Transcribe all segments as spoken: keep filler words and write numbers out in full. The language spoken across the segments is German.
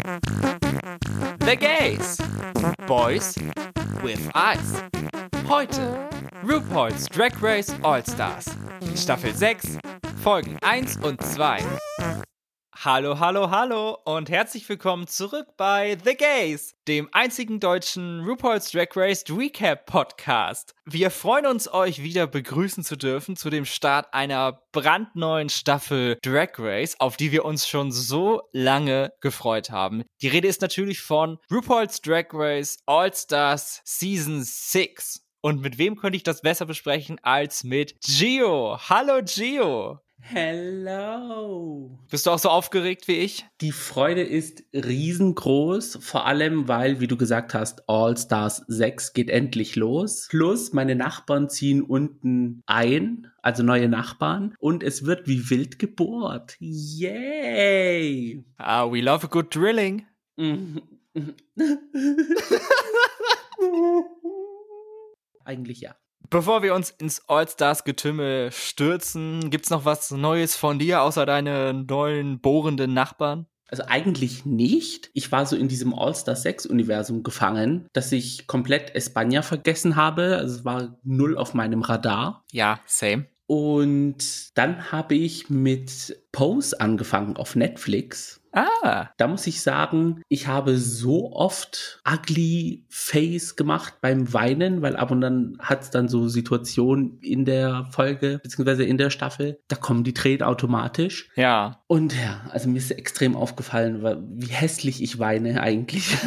The Gays. Boys with Eyes. Heute RuPaul's Drag Race All-Stars. Staffel sechs, Folgen eins und zwei. Hallo, hallo, hallo und herzlich willkommen zurück bei The Gays, dem einzigen deutschen RuPaul's Drag Race Recap Podcast. Wir freuen uns, euch wieder begrüßen zu dürfen zu dem Start einer brandneuen Staffel Drag Race, auf die wir uns schon so lange gefreut haben. Die Rede ist natürlich von RuPaul's Drag Race All-Stars Season sechs. Und mit wem könnte ich das besser besprechen als mit Gio? Hallo Gio! Hello! Bist du auch so aufgeregt wie ich? Die Freude ist riesengroß, vor allem, weil, wie du gesagt hast, All Stars sechs geht endlich los. Plus, meine Nachbarn ziehen unten ein, also neue Nachbarn, und es wird wie wild gebohrt. Yay! Ah, we love a good drilling. Eigentlich ja. Bevor wir uns ins All-Stars-Getümmel stürzen, gibt's noch was Neues von dir, außer deinen neuen bohrenden Nachbarn? Also eigentlich nicht. Ich war so in diesem All-Stars sechs Universum gefangen, dass ich komplett España vergessen habe. Also es war null auf meinem Radar. Ja, same. Und dann habe ich mit Pose angefangen auf Netflix. Ah. Da muss ich sagen, ich habe so oft ugly face gemacht beim Weinen, weil ab und dann hat es dann so Situationen in der Folge, beziehungsweise in der Staffel, da kommen die Tränen automatisch. Ja. Und ja, also mir ist extrem aufgefallen, wie hässlich ich weine eigentlich.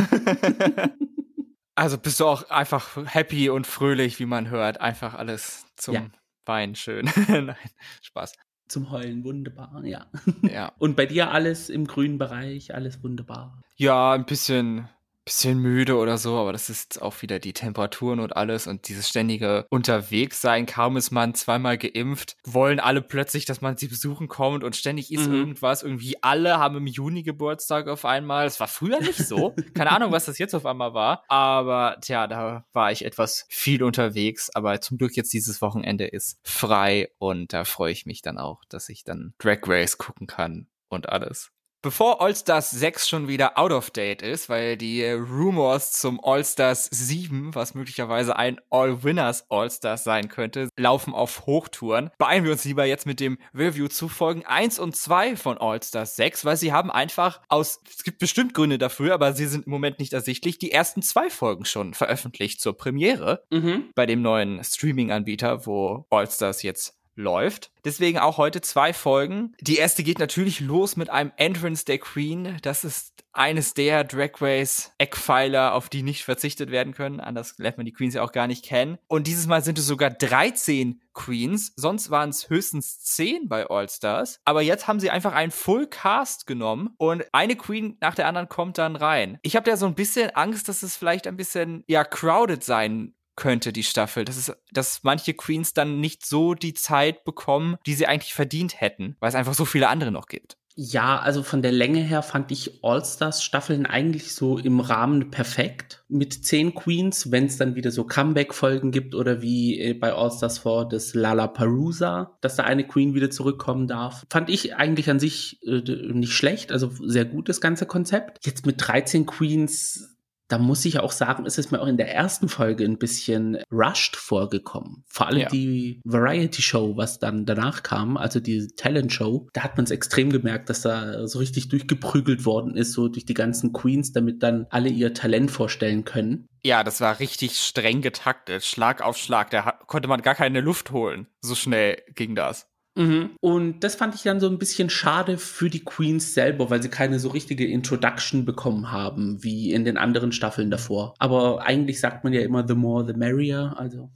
Also bist du auch einfach happy und fröhlich, wie man hört. Einfach alles zum ja. Weinen schön. Nein, Spaß. Zum Heulen wunderbar, ja. Ja. Und bei dir alles im grünen Bereich, alles wunderbar? Ja, ein bisschen, bisschen müde oder so, aber das ist auch wieder die Temperaturen und alles und dieses ständige Unterwegssein. Kaum ist man zweimal geimpft, wollen alle plötzlich, dass man sie besuchen kommt und ständig ist mhm. irgendwas. Irgendwie alle haben im Juni Geburtstag auf einmal. Das war früher nicht so. Keine Ahnung, was das jetzt auf einmal war. Aber tja, da war ich etwas viel unterwegs. Aber zum Glück jetzt dieses Wochenende ist frei und da freue ich mich dann auch, dass ich dann Drag Race gucken kann und alles. Bevor All-Stars sechs schon wieder out of date ist, weil die Rumors zum All-Stars sieben, was möglicherweise ein All-Winners All-Stars sein könnte, laufen auf Hochtouren, beeilen wir uns lieber jetzt mit dem Review zu Folgen eins und zwei von All-Stars sechs, weil sie haben einfach aus, es gibt bestimmt Gründe dafür, aber sie sind im Moment nicht ersichtlich, die ersten zwei Folgen schon veröffentlicht zur Premiere mhm. bei dem neuen Streaming-Anbieter, wo All-Stars jetzt läuft. Deswegen auch heute zwei Folgen. Die erste geht natürlich los mit einem Entrance der Queen. Das ist eines der Drag Race Eckpfeiler, auf die nicht verzichtet werden können. Anders lernt man die Queens ja auch gar nicht kennen. Und dieses Mal sind es sogar dreizehn Queens. Sonst waren es höchstens zehn bei All-Stars. Aber jetzt haben sie einfach einen Full Cast genommen und eine Queen nach der anderen kommt dann rein. Ich habe da so ein bisschen Angst, dass es vielleicht ein bisschen, ja, crowded sein könnte, die Staffel. Das ist, dass manche Queens dann nicht so die Zeit bekommen, die sie eigentlich verdient hätten, weil es einfach so viele andere noch gibt. Ja, also von der Länge her fand ich All-Stars-Staffeln eigentlich so im Rahmen perfekt. Mit zehn Queens, wenn es dann wieder so Comeback-Folgen gibt oder wie bei All-Stars vier das Lollapalooza, dass da eine Queen wieder zurückkommen darf. Fand ich eigentlich an sich äh, nicht schlecht, also sehr gut das ganze Konzept. Jetzt mit dreizehn Queens, da muss ich auch sagen, ist es mir auch in der ersten Folge ein bisschen rushed vorgekommen. Vor allem ja. die Variety-Show, was dann danach kam, also die Talent-Show, da hat man es extrem gemerkt, dass da so richtig durchgeprügelt worden ist, so durch die ganzen Queens, damit dann alle ihr Talent vorstellen können. Ja, das war richtig streng getaktet, Schlag auf Schlag, da ha- konnte man gar keine Luft holen. So schnell ging das. Mhm. Und das fand ich dann so ein bisschen schade für die Queens selber, weil sie keine so richtige Introduction bekommen haben, wie in den anderen Staffeln davor. Aber eigentlich sagt man ja immer, the more the merrier, also.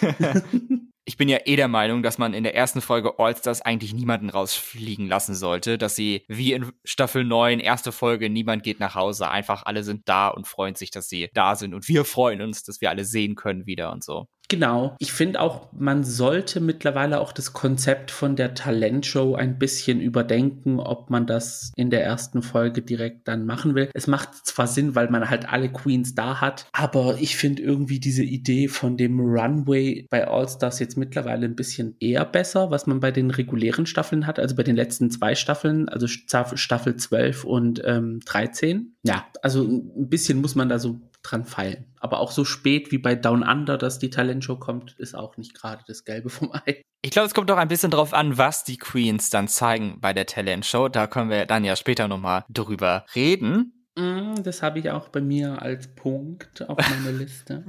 Ich bin ja eh der Meinung, dass man in der ersten Folge All-Stars eigentlich niemanden rausfliegen lassen sollte, dass sie wie in Staffel neun, erste Folge, niemand geht nach Hause, einfach alle sind da und freuen sich, dass sie da sind und wir freuen uns, dass wir alle sehen können wieder und so. Genau. Ich finde auch, man sollte mittlerweile auch das Konzept von der Talentshow ein bisschen überdenken, ob man das in der ersten Folge direkt dann machen will. Es macht zwar Sinn, weil man halt alle Queens da hat, aber ich finde irgendwie diese Idee von dem Runway bei All-Stars jetzt mittlerweile ein bisschen eher besser, was man bei den regulären Staffeln hat, also bei den letzten zwei Staffeln, also Staffel zwölf und ähm, dreizehn. Ja, also ein bisschen muss man da so dran feilen. Aber auch so spät wie bei Down Under, dass die Talentshow kommt, ist auch nicht gerade das Gelbe vom Ei. Ich glaube, es kommt auch ein bisschen drauf an, was die Queens dann zeigen bei der Talentshow. Da können wir dann ja später nochmal drüber reden. Mm, das habe ich auch bei mir als Punkt auf meiner Liste.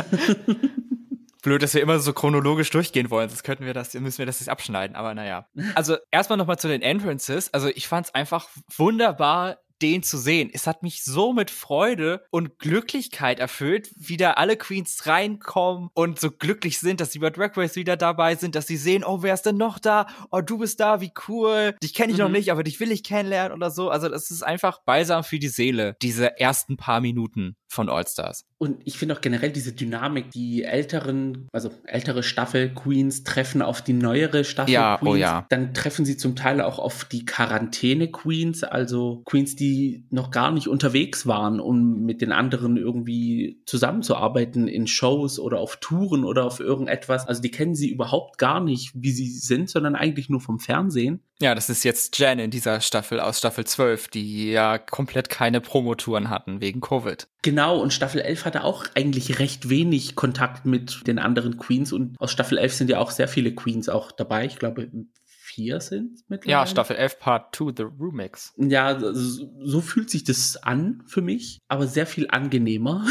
Blöd, dass wir immer so chronologisch durchgehen wollen, sonst könnten wir das, müssen wir das jetzt abschneiden, aber naja. Also erstmal nochmal zu den Entrances. Also ich fand es einfach wunderbar, den zu sehen. Es hat mich so mit Freude und Glücklichkeit erfüllt, wie da alle Queens reinkommen und so glücklich sind, dass sie bei Drag Race wieder dabei sind, dass sie sehen, oh, wer ist denn noch da? Oh, du bist da, wie cool. Dich kenne ich mhm. noch nicht, aber dich will ich kennenlernen oder so. Also das ist einfach balsam für die Seele, diese ersten paar Minuten von All-Stars. Und ich finde auch generell diese Dynamik, die älteren, also ältere Staffel-Queens treffen auf die neuere Staffel-Queens. Ja, oh ja. Dann treffen sie zum Teil auch auf die Quarantäne-Queens, also Queens, die noch gar nicht unterwegs waren, um mit den anderen irgendwie zusammenzuarbeiten in Shows oder auf Touren oder auf irgendetwas. Also die kennen sie überhaupt gar nicht, wie sie sind, sondern eigentlich nur vom Fernsehen. Ja, das ist jetzt Jen in dieser Staffel aus Staffel zwölf, die ja komplett keine Promotouren hatten wegen Covid. Genau, und Staffel elf hatte auch eigentlich recht wenig Kontakt mit den anderen Queens und aus Staffel elf sind ja auch sehr viele Queens auch dabei. Ich glaube, vier sind mittlerweile. Ja, Staffel elf Part zwei, The Remix. Ja, so, so fühlt sich das an für mich, aber sehr viel angenehmer.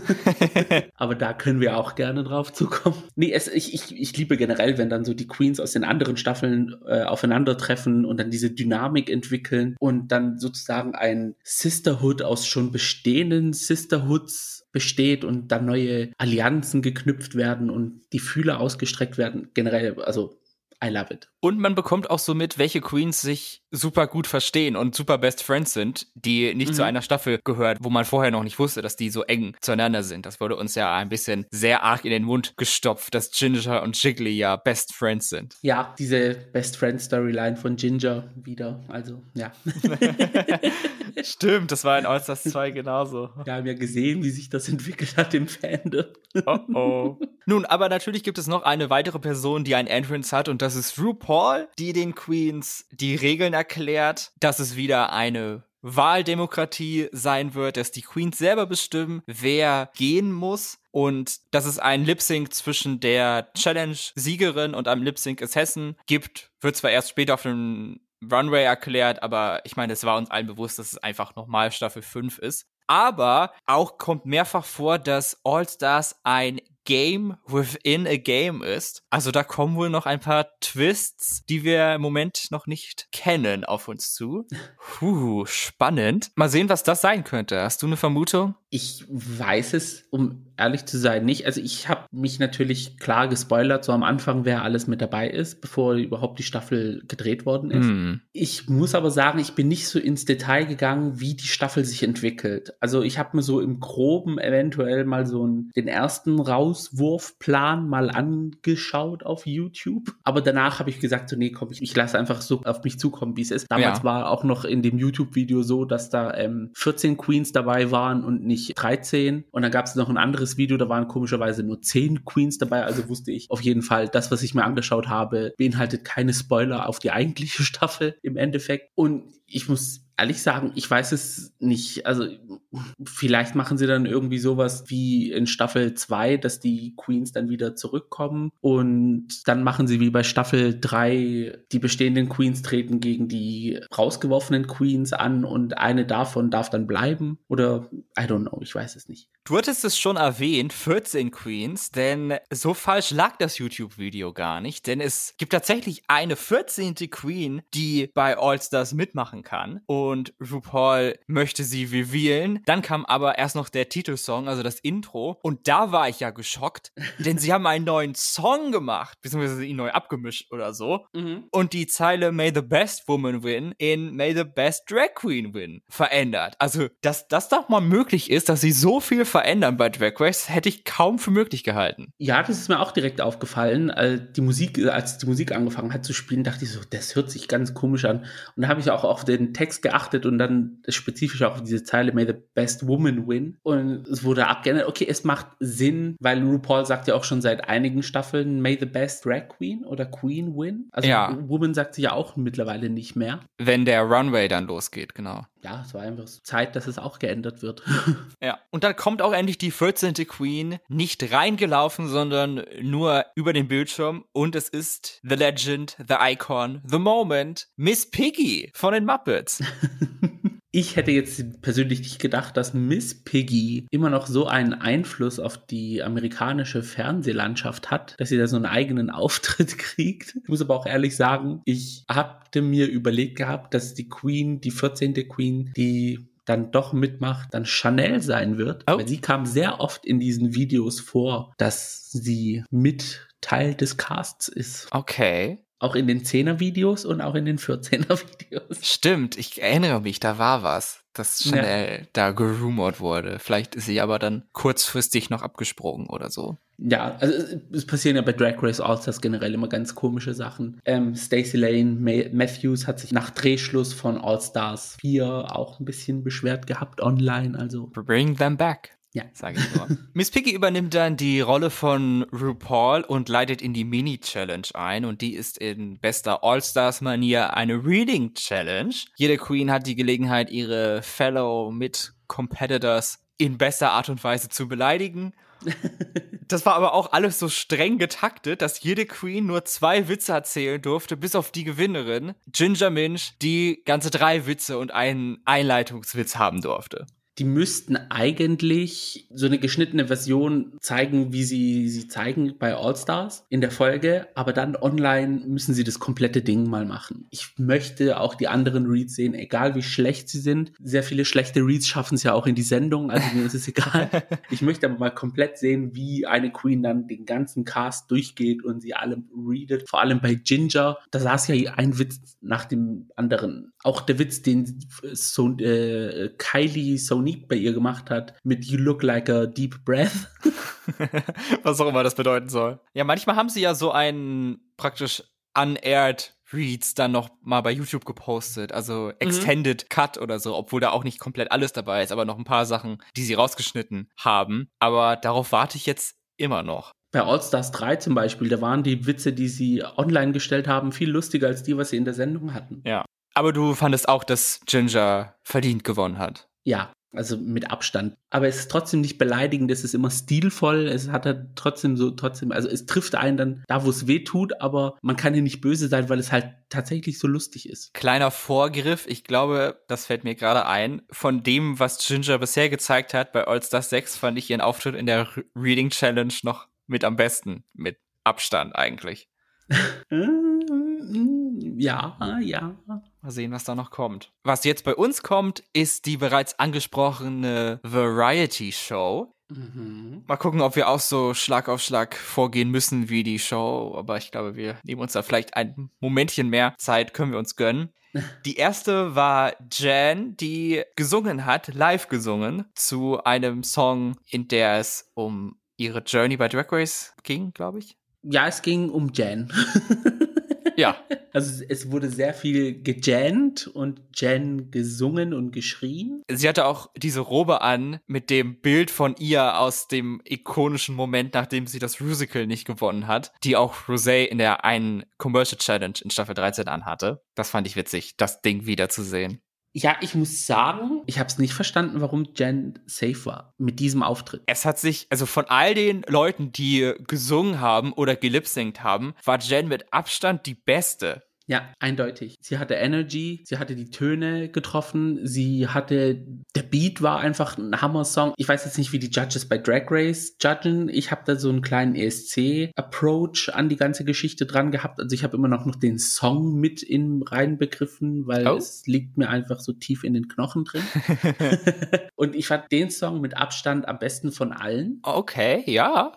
Aber da können wir auch gerne drauf zukommen. Nee, es, ich, ich, ich liebe generell, wenn dann so die Queens aus den anderen Staffeln äh, aufeinandertreffen und dann diese Dynamik entwickeln und dann sozusagen ein Sisterhood aus schon bestehenden Sisterhoods besteht und dann neue Allianzen geknüpft werden und die Fühler ausgestreckt werden. Generell, also I love it. Und man bekommt auch so mit, welche Queens sich super gut verstehen und super Best Friends sind, die nicht mhm. zu einer Staffel gehört, wo man vorher noch nicht wusste, dass die so eng zueinander sind. Das wurde uns ja ein bisschen sehr arg in den Mund gestopft, dass Ginger und Jiggly ja Best Friends sind. Ja, diese Best Friend Storyline von Ginger wieder, also ja. Stimmt, das war in All-Stars zwei genauso. Wir haben ja gesehen, wie sich das entwickelt hat im Fandom. Oh oh. Nun, aber natürlich gibt es noch eine weitere Person, die ein Entrance hat und das ist RuPaul, die den Queens die Regeln erklärt, dass es wieder eine Wahldemokratie sein wird, dass die Queens selber bestimmen, wer gehen muss und dass es einen Lip-Sync zwischen der Challenge-Siegerin und einem Lip-Sync-Assassin gibt, wird zwar erst später auf dem Runway erklärt, aber ich meine, es war uns allen bewusst, dass es einfach nochmal Staffel fünf ist. Aber auch kommt mehrfach vor, dass All-Stars ein Game within a Game ist. Also da kommen wohl noch ein paar Twists, die wir im Moment noch nicht kennen, auf uns zu. Puh, spannend. Mal sehen, was das sein könnte. Hast du eine Vermutung? Ich weiß es, um ehrlich zu sein, nicht. Also ich habe mich natürlich klar gespoilert, so am Anfang, wer alles mit dabei ist, bevor überhaupt die Staffel gedreht worden ist. Mm. Ich muss aber sagen, ich bin nicht so ins Detail gegangen, wie die Staffel sich entwickelt. Also ich habe mir so im Groben eventuell mal so einen, den ersten Rauswurfplan mal angeschaut auf YouTube. Aber danach habe ich gesagt, so nee, komm, ich, ich lasse einfach so auf mich zukommen, wie es ist. Damals ja. war auch noch in dem YouTube-Video so, dass da ähm, vierzehn Queens dabei waren und nicht dreizehn. Und dann gab es noch ein anderes Video, da waren komischerweise nur zehn Queens dabei. Also wusste ich auf jeden Fall, das, was ich mir angeschaut habe, beinhaltet keine Spoiler auf die eigentliche Staffel im Endeffekt. Und ich muss ehrlich sagen, ich weiß es nicht. Also vielleicht machen sie dann irgendwie sowas wie in Staffel zwei, dass die Queens dann wieder zurückkommen und dann machen sie wie bei Staffel drei, die bestehenden Queens treten gegen die rausgeworfenen Queens an und eine davon darf dann bleiben oder I don't know, ich weiß es nicht. Du hattest es schon erwähnt, vierzehn Queens, denn so falsch lag das YouTube-Video gar nicht, denn es gibt tatsächlich eine vierzehnte Queen, die bei All-Stars mitmachen kann und RuPaul möchte sie revealen, Dann kam aber erst noch der Titelsong, also das Intro. Und da war ich ja geschockt, denn sie haben einen neuen Song gemacht, beziehungsweise ihn neu abgemischt oder so. Mhm. Und die Zeile May the Best Woman Win in May the Best Drag Queen Win verändert. Also, dass das doch mal möglich ist, dass sie so viel verändern bei Drag Race, hätte ich kaum für möglich gehalten. Ja, das ist mir auch direkt aufgefallen. Die Musik, als die Musik angefangen hat zu spielen, dachte ich so, das hört sich ganz komisch an. Und da habe ich auch auf den Text geachtet und dann spezifisch auch auf diese Zeile May the Best Woman Win. Und es wurde abgeändert. Okay, es macht Sinn, weil RuPaul sagt ja auch schon seit einigen Staffeln May the Best Drag Queen oder Queen Win. Also ja. Woman sagt sie ja auch mittlerweile nicht mehr. Wenn der Runway dann losgeht, genau. Ja, es war einfach Zeit, dass es auch geändert wird. Ja, und dann kommt auch endlich die vierzehnte Queen nicht reingelaufen, sondern nur über den Bildschirm. Und es ist The Legend, The Icon, The Moment, Miss Piggy von den Muppets. Ich hätte jetzt persönlich nicht gedacht, dass Miss Piggy immer noch so einen Einfluss auf die amerikanische Fernsehlandschaft hat, dass sie da so einen eigenen Auftritt kriegt. Ich muss aber auch ehrlich sagen, ich hatte mir überlegt gehabt, dass die Queen, die vierzehnte Queen, die dann doch mitmacht, dann Chanel sein wird. Oh. Weil sie kam sehr oft in diesen Videos vor, dass sie mit Teil des Casts ist. Okay. Auch in den zehner-Videos und auch in den vierzehner-Videos. Stimmt, ich erinnere mich, da war was, dass Chanel ja. da gerumort wurde. Vielleicht ist sie aber dann kurzfristig noch abgesprungen oder so. Ja, also es passieren ja bei Drag Race All-Stars generell immer ganz komische Sachen. Ähm, Stacey Lane May- Matthews hat sich nach Drehschluss von All-Stars vier auch ein bisschen beschwert gehabt online. Also bring them back. Ja, sage ich nur. Miss Piggy übernimmt dann die Rolle von RuPaul und leitet in die Mini-Challenge ein. Und die ist in bester All-Stars-Manier eine Reading-Challenge. Jede Queen hat die Gelegenheit, ihre Fellow Mit-Competitors in bester Art und Weise zu beleidigen. Das war aber auch alles so streng getaktet, dass jede Queen nur zwei Witze erzählen durfte, bis auf die Gewinnerin, Ginger Minch, die ganze drei Witze und einen Einleitungswitz haben durfte. Die müssten eigentlich so eine geschnittene Version zeigen, wie sie sie zeigen bei All-Stars in der Folge, aber dann online müssen sie das komplette Ding mal machen. Ich möchte auch die anderen Reads sehen, egal wie schlecht sie sind. Sehr viele schlechte Reads schaffen es ja auch in die Sendung, also mir ist es egal. Ich möchte aber mal komplett sehen, wie eine Queen dann den ganzen Cast durchgeht und sie alle readet. Vor allem bei Ginger, da saß ja ein Witz nach dem anderen. Auch der Witz, den so, äh, Kylie Sonique bei ihr gemacht hat, mit You look like a deep breath. Was auch immer das bedeuten soll. Ja, manchmal haben sie ja so einen praktisch unaired Reads dann noch mal bei YouTube gepostet, also Extended mhm. Cut oder so, obwohl da auch nicht komplett alles dabei ist, aber noch ein paar Sachen, die sie rausgeschnitten haben. Aber darauf warte ich jetzt immer noch. Bei All-Stars drei zum Beispiel, da waren die Witze, die sie online gestellt haben, viel lustiger als die, was sie in der Sendung hatten. Ja. Aber du fandest auch, dass Ginger verdient gewonnen hat. Ja, also mit Abstand. Aber es ist trotzdem nicht beleidigend, es ist immer stilvoll, es hat halt trotzdem so, trotzdem, also es trifft einen dann da, wo es weh tut, aber man kann hier nicht böse sein, weil es halt tatsächlich so lustig ist. Kleiner Vorgriff, ich glaube, das fällt mir gerade ein, von dem, was Ginger bisher gezeigt hat bei All-Stars sechs, fand ich ihren Auftritt in der Reading Challenge noch mit am besten, mit Abstand eigentlich. Ja, ja. Mal sehen, was da noch kommt. Was jetzt bei uns kommt, ist die bereits angesprochene Variety-Show. Mhm. Mal gucken, ob wir auch so Schlag auf Schlag vorgehen müssen wie die Show. Aber ich glaube, wir nehmen uns da vielleicht ein Momentchen mehr Zeit, können wir uns gönnen. Die erste war Jan, die gesungen hat, live gesungen, zu einem Song, in der es um ihre Journey bei Drag Race ging, glaube ich. Ja, es ging um Jan. Ja. Also es wurde sehr viel gejannt und Jan gesungen und geschrien. Sie hatte auch diese Robe an mit dem Bild von ihr aus dem ikonischen Moment, nachdem sie das Musical nicht gewonnen hat, die auch Rosé in der einen Commercial Challenge in Staffel dreizehn anhatte. Das fand ich witzig, das Ding wiederzusehen. Ja, ich muss sagen, ich habe es nicht verstanden, warum Jan safe war mit diesem Auftritt. Es hat sich, also von all den Leuten, die gesungen haben oder gelipsingt haben, war Jan mit Abstand die Beste. Ja, eindeutig. Sie hatte Energy, sie hatte die Töne getroffen, sie hatte, der Beat war einfach ein Hammer-Song. Ich weiß jetzt nicht, wie die Judges bei Drag Race judgen. Ich habe da so einen kleinen E S C-Approach an die ganze Geschichte dran gehabt. Also ich habe immer noch, noch den Song mit in reinbegriffen, weil oh. es liegt mir einfach so tief in den Knochen drin. Und ich fand den Song mit Abstand am besten von allen. Okay, ja.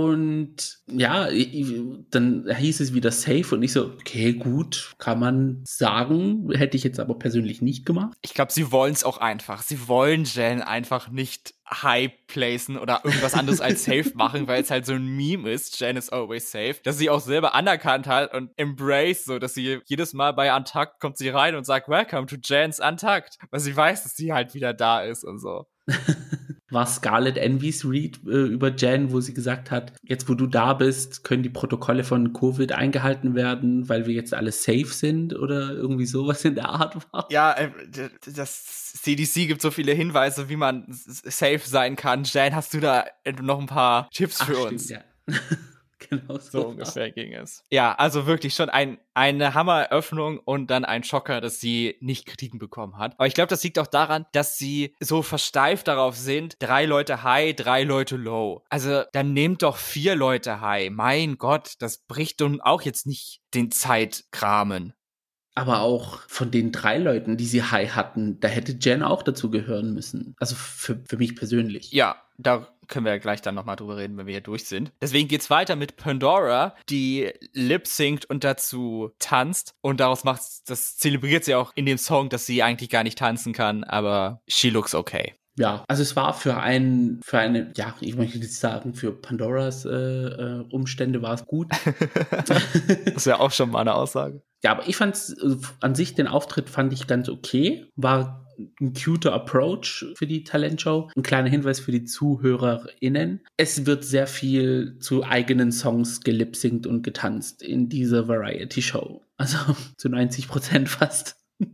Und ja, dann hieß es wieder safe und ich so, okay, gut, kann man sagen, hätte ich jetzt aber persönlich nicht gemacht. Ich glaube, sie wollen es auch einfach. Sie wollen Jen einfach nicht high placen oder irgendwas anderes als safe machen, weil es halt so ein Meme ist, Jen is always safe, dass sie auch selber anerkannt hat und embrace, so dass sie jedes Mal bei Untucked kommt sie rein und sagt, welcome to Jen's Untucked, weil sie weiß, dass sie halt wieder da ist und so. War Scarlett Envy's Read äh, über Jen, wo sie gesagt hat, jetzt wo du da bist, können die Protokolle von Covid eingehalten werden, weil wir jetzt alle safe sind oder irgendwie sowas in der Art war. Ja, äh, das C D C gibt so viele Hinweise, wie man safe sein kann. Jen, hast du da noch ein paar Tipps für Ach, uns? Stimmt, ja. Genau so, so ungefähr ging es. Ja, also wirklich schon ein, eine Hammereröffnung und dann ein Schocker, dass sie nicht Kritiken bekommen hat. Aber ich glaube, das liegt auch daran, dass sie so versteift darauf sind, drei Leute high, drei Leute low. Also dann nehmt doch vier Leute high. Mein Gott, das bricht nun auch jetzt nicht den Zeitrahmen. Aber auch von den drei Leuten, die sie high hatten, da hätte Jen auch dazu gehören müssen. Also für, für mich persönlich. Ja, da können wir ja gleich dann nochmal drüber reden, wenn wir hier durch sind. Deswegen geht's weiter mit Pandora, die lip-synct und dazu tanzt. Und daraus macht das zelebriert sie auch in dem Song, dass sie eigentlich gar nicht tanzen kann, aber she looks okay. Ja, also es war für ein, für eine, ja, ich möchte jetzt sagen, für Pandoras äh, äh, Umstände war es gut. Das wäre auch schon mal eine Aussage. Ja, aber ich fand's, also an sich, den Auftritt fand ich ganz okay. War ein cuter Approach für die Talentshow. Ein kleiner Hinweis für die ZuhörerInnen. Es wird sehr viel zu eigenen Songs gelipsingt und getanzt in dieser Variety-Show. Also zu neunzig Prozent fast.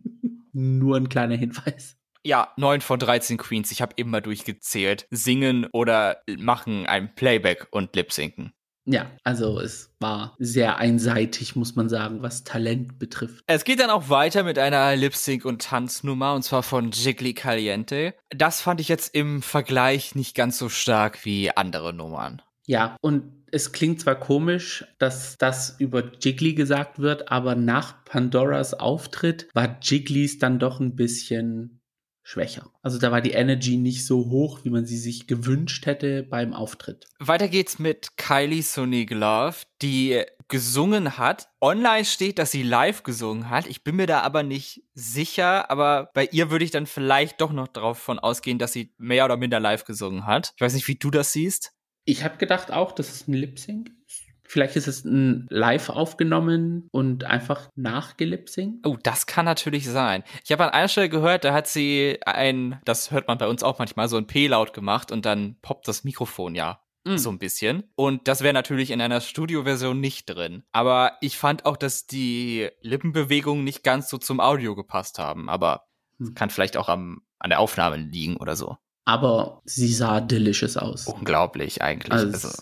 Nur ein kleiner Hinweis. Ja, neun von dreizehn Queens, ich habe immer durchgezählt, singen oder machen ein Playback und lip-sinken. Ja, also es war sehr einseitig, muss man sagen, was Talent betrifft. Es geht dann auch weiter mit einer Lip-Sync- und Tanznummer, und zwar von Jiggly Caliente. Das fand ich jetzt im Vergleich nicht ganz so stark wie andere Nummern. Ja, und es klingt zwar komisch, dass das über Jiggly gesagt wird, aber nach Pandoras Auftritt war Jigglys dann doch ein bisschen schwächer. Also da war die Energy nicht so hoch, wie man sie sich gewünscht hätte beim Auftritt. Weiter geht's mit Kylie Sonique Love, die gesungen hat. Online steht, dass sie live gesungen hat. Ich bin mir da aber nicht sicher, aber bei ihr würde ich dann vielleicht doch noch davon ausgehen, dass sie mehr oder minder live gesungen hat. Ich weiß nicht, wie du das siehst. Ich habe gedacht auch, dass es ein Lip-Sync ist. Vielleicht ist es ein live aufgenommen und einfach nachgelipsingt. Oh, das kann natürlich sein. Ich habe an einer Stelle gehört, da hat sie ein, das hört man bei uns auch manchmal, so ein P-Laut gemacht und dann poppt das Mikrofon ja mm. so ein bisschen. Und das wäre natürlich in einer Studioversion nicht drin. Aber ich fand auch, dass die Lippenbewegungen nicht ganz so zum Audio gepasst haben. Aber mm. kann vielleicht auch am, an der Aufnahme liegen oder so. Aber sie sah delicious aus. Unglaublich eigentlich. Also, also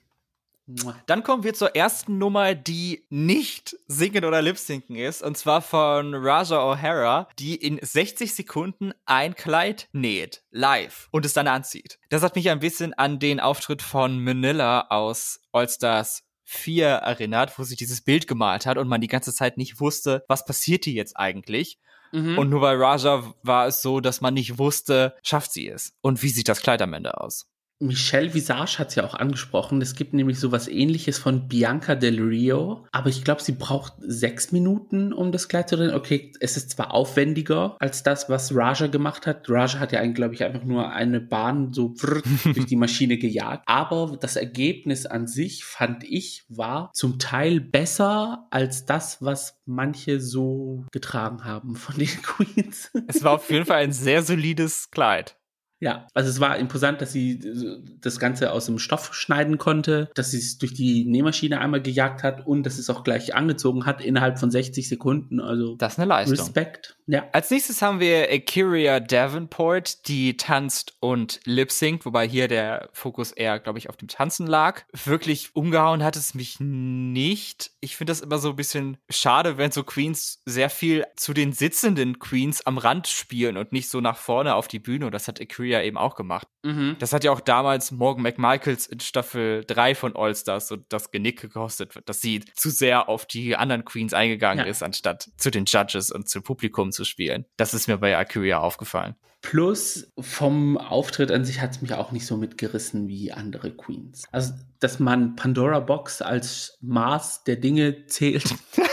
dann kommen wir zur ersten Nummer, die nicht singen oder lip-sinken ist, und zwar von Raja O'Hara, die in sechzig Sekunden ein Kleid näht, live, und es dann anzieht. Das hat mich ein bisschen an den Auftritt von Manila aus All Stars vier erinnert, wo sie dieses Bild gemalt hat und man die ganze Zeit nicht wusste, was passiert hier jetzt eigentlich. Mhm. Und nur bei Raja war es so, dass man nicht wusste, schafft sie es? Und wie sieht das Kleid am Ende aus? Michelle Visage hat es ja auch angesprochen. Es gibt nämlich sowas Ähnliches von Bianca Del Rio. Aber ich glaube, sie braucht sechs Minuten, um das Kleid zu drehen. Okay, es ist zwar aufwendiger als das, was Raja gemacht hat. Raja hat ja eigentlich, glaube ich, einfach nur eine Bahn so durch die Maschine gejagt. Aber das Ergebnis an sich, fand ich, war zum Teil besser als das, was manche so getragen haben von den Queens. Es war auf jeden Fall ein sehr solides Kleid. Ja, also es war imposant, dass sie das Ganze aus dem Stoff schneiden konnte, dass sie es durch die Nähmaschine einmal gejagt hat und dass es auch gleich angezogen hat innerhalb von sechzig Sekunden. Also das ist eine Leistung. Respekt. Ja. Als nächstes haben wir Akira Davenport, die tanzt und lip-synct, wobei hier der Fokus eher, glaube ich, auf dem Tanzen lag. Wirklich umgehauen hat es mich nicht. Ich finde das immer so ein bisschen schade, wenn so Queens sehr viel zu den sitzenden Queens am Rand spielen und nicht so nach vorne auf die Bühne. Und das hat Akira eben auch gemacht. Mhm. Das hat ja auch damals Morgan McMichaels in Staffel drei von All Stars so das Genick gekostet, dass sie zu sehr auf die anderen Queens eingegangen ja. ist, anstatt zu den Judges und zum Publikum zu spielen. Das ist mir bei Akira aufgefallen. Plus vom Auftritt an sich hat es mich auch nicht so mitgerissen wie andere Queens. Also, dass man Pandora Box als Maß der Dinge zählt.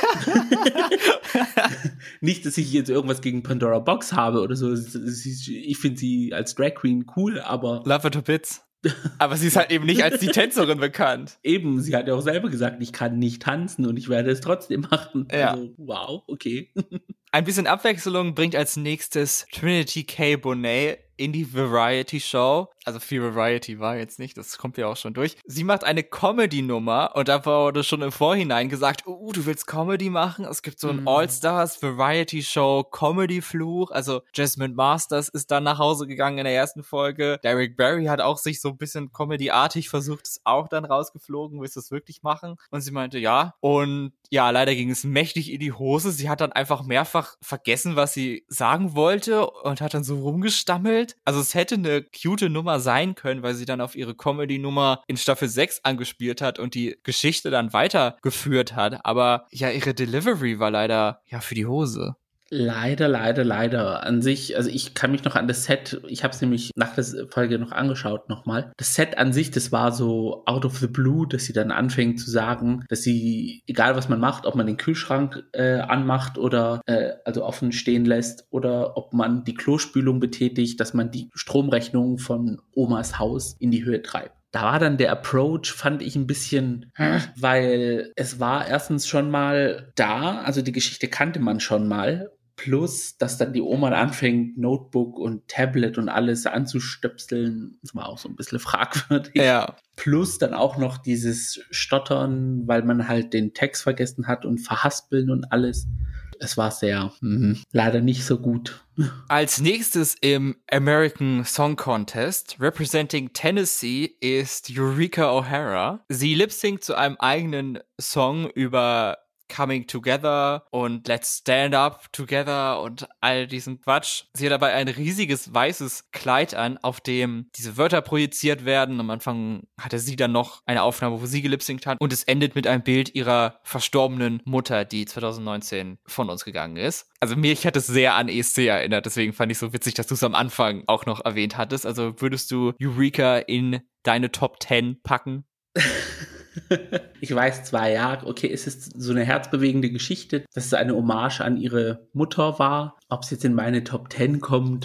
Nicht, dass ich jetzt irgendwas gegen Pandora Box habe oder so. Ich finde sie als Drag Queen cool, aber... Love her to bits. Aber sie ist halt eben nicht als die Tänzerin bekannt. Eben, sie hat ja auch selber gesagt, ich kann nicht tanzen und ich werde es trotzdem machen. Ja. Also, wow, okay. Ein bisschen Abwechslung bringt als nächstes Trinity K. Bonet in die Variety Show. Also viel Variety war jetzt nicht, das kommt ja auch schon durch. Sie macht eine Comedy-Nummer und da wurde schon im Vorhinein gesagt, oh, du willst Comedy machen? Es gibt so ein Mhm. All-Stars Variety Show Comedy-Fluch. Also Jasmine Masters ist dann nach Hause gegangen in der ersten Folge. Derek Barry hat auch sich so ein bisschen Comedy-artig versucht, ist auch dann rausgeflogen, willst du es wirklich machen? Und sie meinte, ja. Und ja, leider ging es mächtig in die Hose. Sie hat dann einfach mehrfach vergessen, was sie sagen wollte und hat dann so rumgestammelt. Also es hätte eine cute Nummer sein können, weil sie dann auf ihre Comedy-Nummer in Staffel sechs angespielt hat und die Geschichte dann weitergeführt hat. Aber ja, ihre Delivery war leider ja für die Hose. Leider, leider, leider. An sich, also ich kann mich noch an das Set, ich habe es nämlich nach der Folge noch angeschaut nochmal. Das Set an sich, das war so out of the blue, dass sie dann anfängt zu sagen, dass sie, egal was man macht, ob man den Kühlschrank äh, anmacht oder äh, also offen stehen lässt oder ob man die Klospülung betätigt, dass man die Stromrechnung von Omas Haus in die Höhe treibt. Da war dann der Approach, fand ich ein bisschen, weil es war erstens schon mal da, also die Geschichte kannte man schon mal, plus, dass dann die Oma anfängt, Notebook und Tablet und alles anzustöpseln, das war auch so ein bisschen fragwürdig. Ja. Plus dann auch noch dieses Stottern, weil man halt den Text vergessen hat und Verhaspeln und alles. Es war sehr, mh, leider nicht so gut. Als nächstes im American Song Contest, representing Tennessee, ist Eureka O'Hara. Sie lip-synct zu einem eigenen Song über Coming Together und Let's Stand Up Together und all diesen Quatsch. Sie hat dabei ein riesiges weißes Kleid an, auf dem diese Wörter projiziert werden. Am Anfang hatte sie dann noch eine Aufnahme, wo sie gelipsynkt hat. Und es endet mit einem Bild ihrer verstorbenen Mutter, die zwanzig neunzehn von uns gegangen ist. Also mich hat es sehr an E S C erinnert, deswegen fand ich so witzig, dass du es am Anfang auch noch erwähnt hattest. Also würdest du Eureka in deine Top zehn packen? Ich weiß zwar, ja, okay, es ist so eine herzbewegende Geschichte, dass es eine Hommage an ihre Mutter war. Ob es jetzt in meine Top zehn kommt,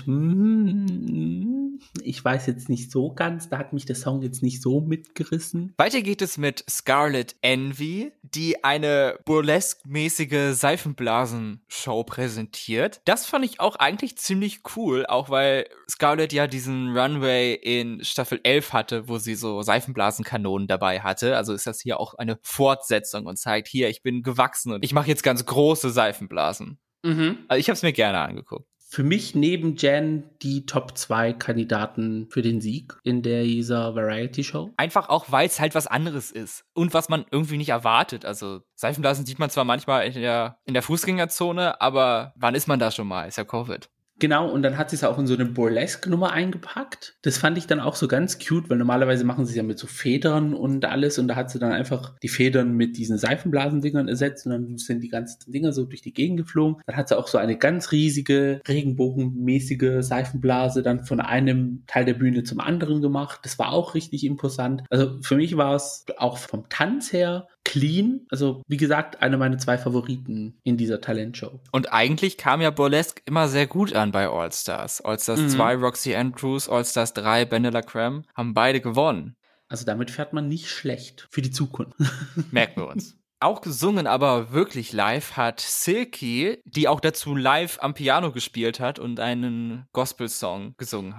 mm, ich weiß jetzt nicht so ganz. Da hat mich der Song jetzt nicht so mitgerissen. Weiter geht es mit Scarlet Envy, die eine burlesque-mäßige Seifenblasen-Show präsentiert. Das fand ich auch eigentlich ziemlich cool, auch weil Scarlet ja diesen Runway in Staffel elf hatte, wo sie so Seifenblasenkanonen dabei hatte. Also ist das hier auch eine Fortsetzung und zeigt, hier, ich bin gewachsen und ich mache jetzt ganz große Seifenblasen. Mhm. Also ich habe es mir gerne angeguckt. Für mich neben Jen die Top zwei Kandidaten für den Sieg in dieser Variety-Show. Einfach auch, weil es halt was anderes ist und was man irgendwie nicht erwartet. Also Seifenblasen sieht man zwar manchmal in der, in der Fußgängerzone, aber wann ist man da schon mal? Ist ja Covid. Genau, und dann hat sie es auch in so eine Burlesque-Nummer eingepackt. Das fand ich dann auch so ganz cute, weil normalerweise machen sie es ja mit so Federn und alles und da hat sie dann einfach die Federn mit diesen Seifenblasendingern ersetzt und dann sind die ganzen Dinger so durch die Gegend geflogen. Dann hat sie auch so eine ganz riesige, regenbogenmäßige Seifenblase dann von einem Teil der Bühne zum anderen gemacht. Das war auch richtig imposant. Also für mich war es auch vom Tanz her clean. Also wie gesagt, eine meiner zwei Favoriten in dieser Talentshow. Und eigentlich kam ja Burlesque immer sehr gut an bei All Stars. All Stars mhm. zwei, Roxy Andrews, All Stars drei, Benella Cram, haben beide gewonnen. Also damit fährt man nicht schlecht für die Zukunft. Merken wir uns. Auch gesungen, aber wirklich live hat Silky, die auch dazu live am Piano gespielt hat und einen Gospel-Song gesungen hat.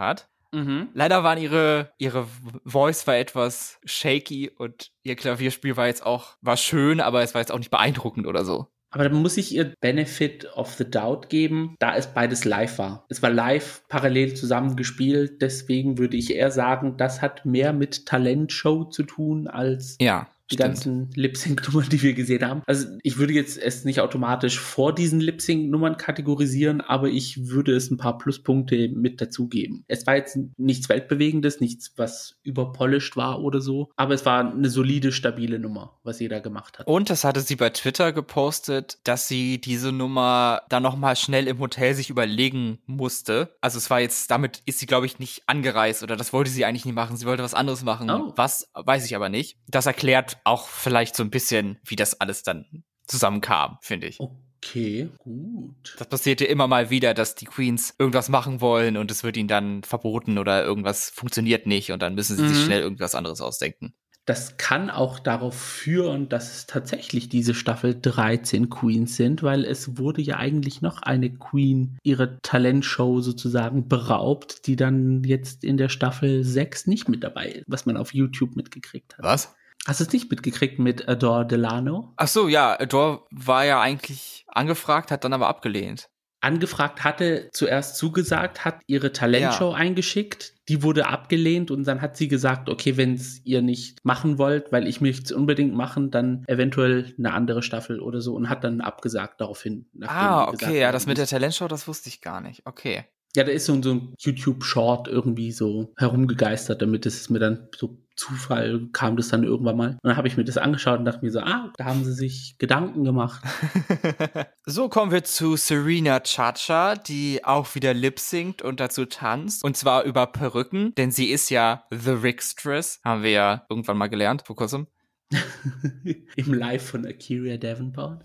Mhm. Leider waren ihre, ihre Voice war etwas shaky und ihr Klavierspiel war jetzt auch, war schön, aber es war jetzt auch nicht beeindruckend oder so. Aber da muss ich ihr Benefit of the Doubt geben, da es beides live war. Es war live parallel zusammen gespielt, deswegen würde ich eher sagen, das hat mehr mit Talentshow zu tun als Ja, die stimmt. ganzen Lip-Sync-Nummern, die wir gesehen haben. Also ich würde jetzt es nicht automatisch vor diesen Lip-Sync-Nummern kategorisieren, aber ich würde es ein paar Pluspunkte mit dazugeben. Es war jetzt nichts Weltbewegendes, nichts, was überpolished war oder so, aber es war eine solide, stabile Nummer, was jeder gemacht hat. Und das hatte sie bei Twitter gepostet, dass sie diese Nummer dann nochmal schnell im Hotel sich überlegen musste. Also es war jetzt, damit ist sie, glaube ich, nicht angereist oder das wollte sie eigentlich nicht machen. Sie wollte was anderes machen. Oh. Was, weiß ich aber nicht. Das erklärt auch vielleicht so ein bisschen, wie das alles dann zusammenkam, finde ich. Okay, gut. Das passiert ja immer mal wieder, dass die Queens irgendwas machen wollen und es wird ihnen dann verboten oder irgendwas funktioniert nicht und dann müssen sie Mhm. sich schnell irgendwas anderes ausdenken. Das kann auch darauf führen, dass es tatsächlich diese Staffel dreizehn Queens sind, weil es wurde ja eigentlich noch eine Queen ihrer Talentshow sozusagen beraubt, die dann jetzt in der Staffel sechs nicht mit dabei ist, was man auf YouTube mitgekriegt hat. Was? Hast du es nicht mitgekriegt mit Adore Delano? Ach so, ja, Adore war ja eigentlich angefragt, hat dann aber abgelehnt. Angefragt hatte, zuerst zugesagt, hat ihre Talentshow Ja. eingeschickt, die wurde abgelehnt und dann hat sie gesagt, okay, wenn es ihr nicht machen wollt, weil ich möchte es unbedingt machen, dann eventuell eine andere Staffel oder so und hat dann abgesagt daraufhin. Ah, okay, ja, das mit der Talentshow, das wusste ich gar nicht. Okay. Ja, da ist so, so ein YouTube-Short irgendwie so herumgegeistert, damit es mir dann so Zufall kam das dann irgendwann mal. Und dann habe ich mir das angeschaut und dachte mir so, ah, da haben sie sich Gedanken gemacht. So kommen wir zu Serena Chacha, die auch wieder lip-synct und dazu tanzt. Und zwar über Perücken, denn sie ist ja The Rickstress. Haben wir ja irgendwann mal gelernt, vor kurzem. Im Live von Akira Davenport.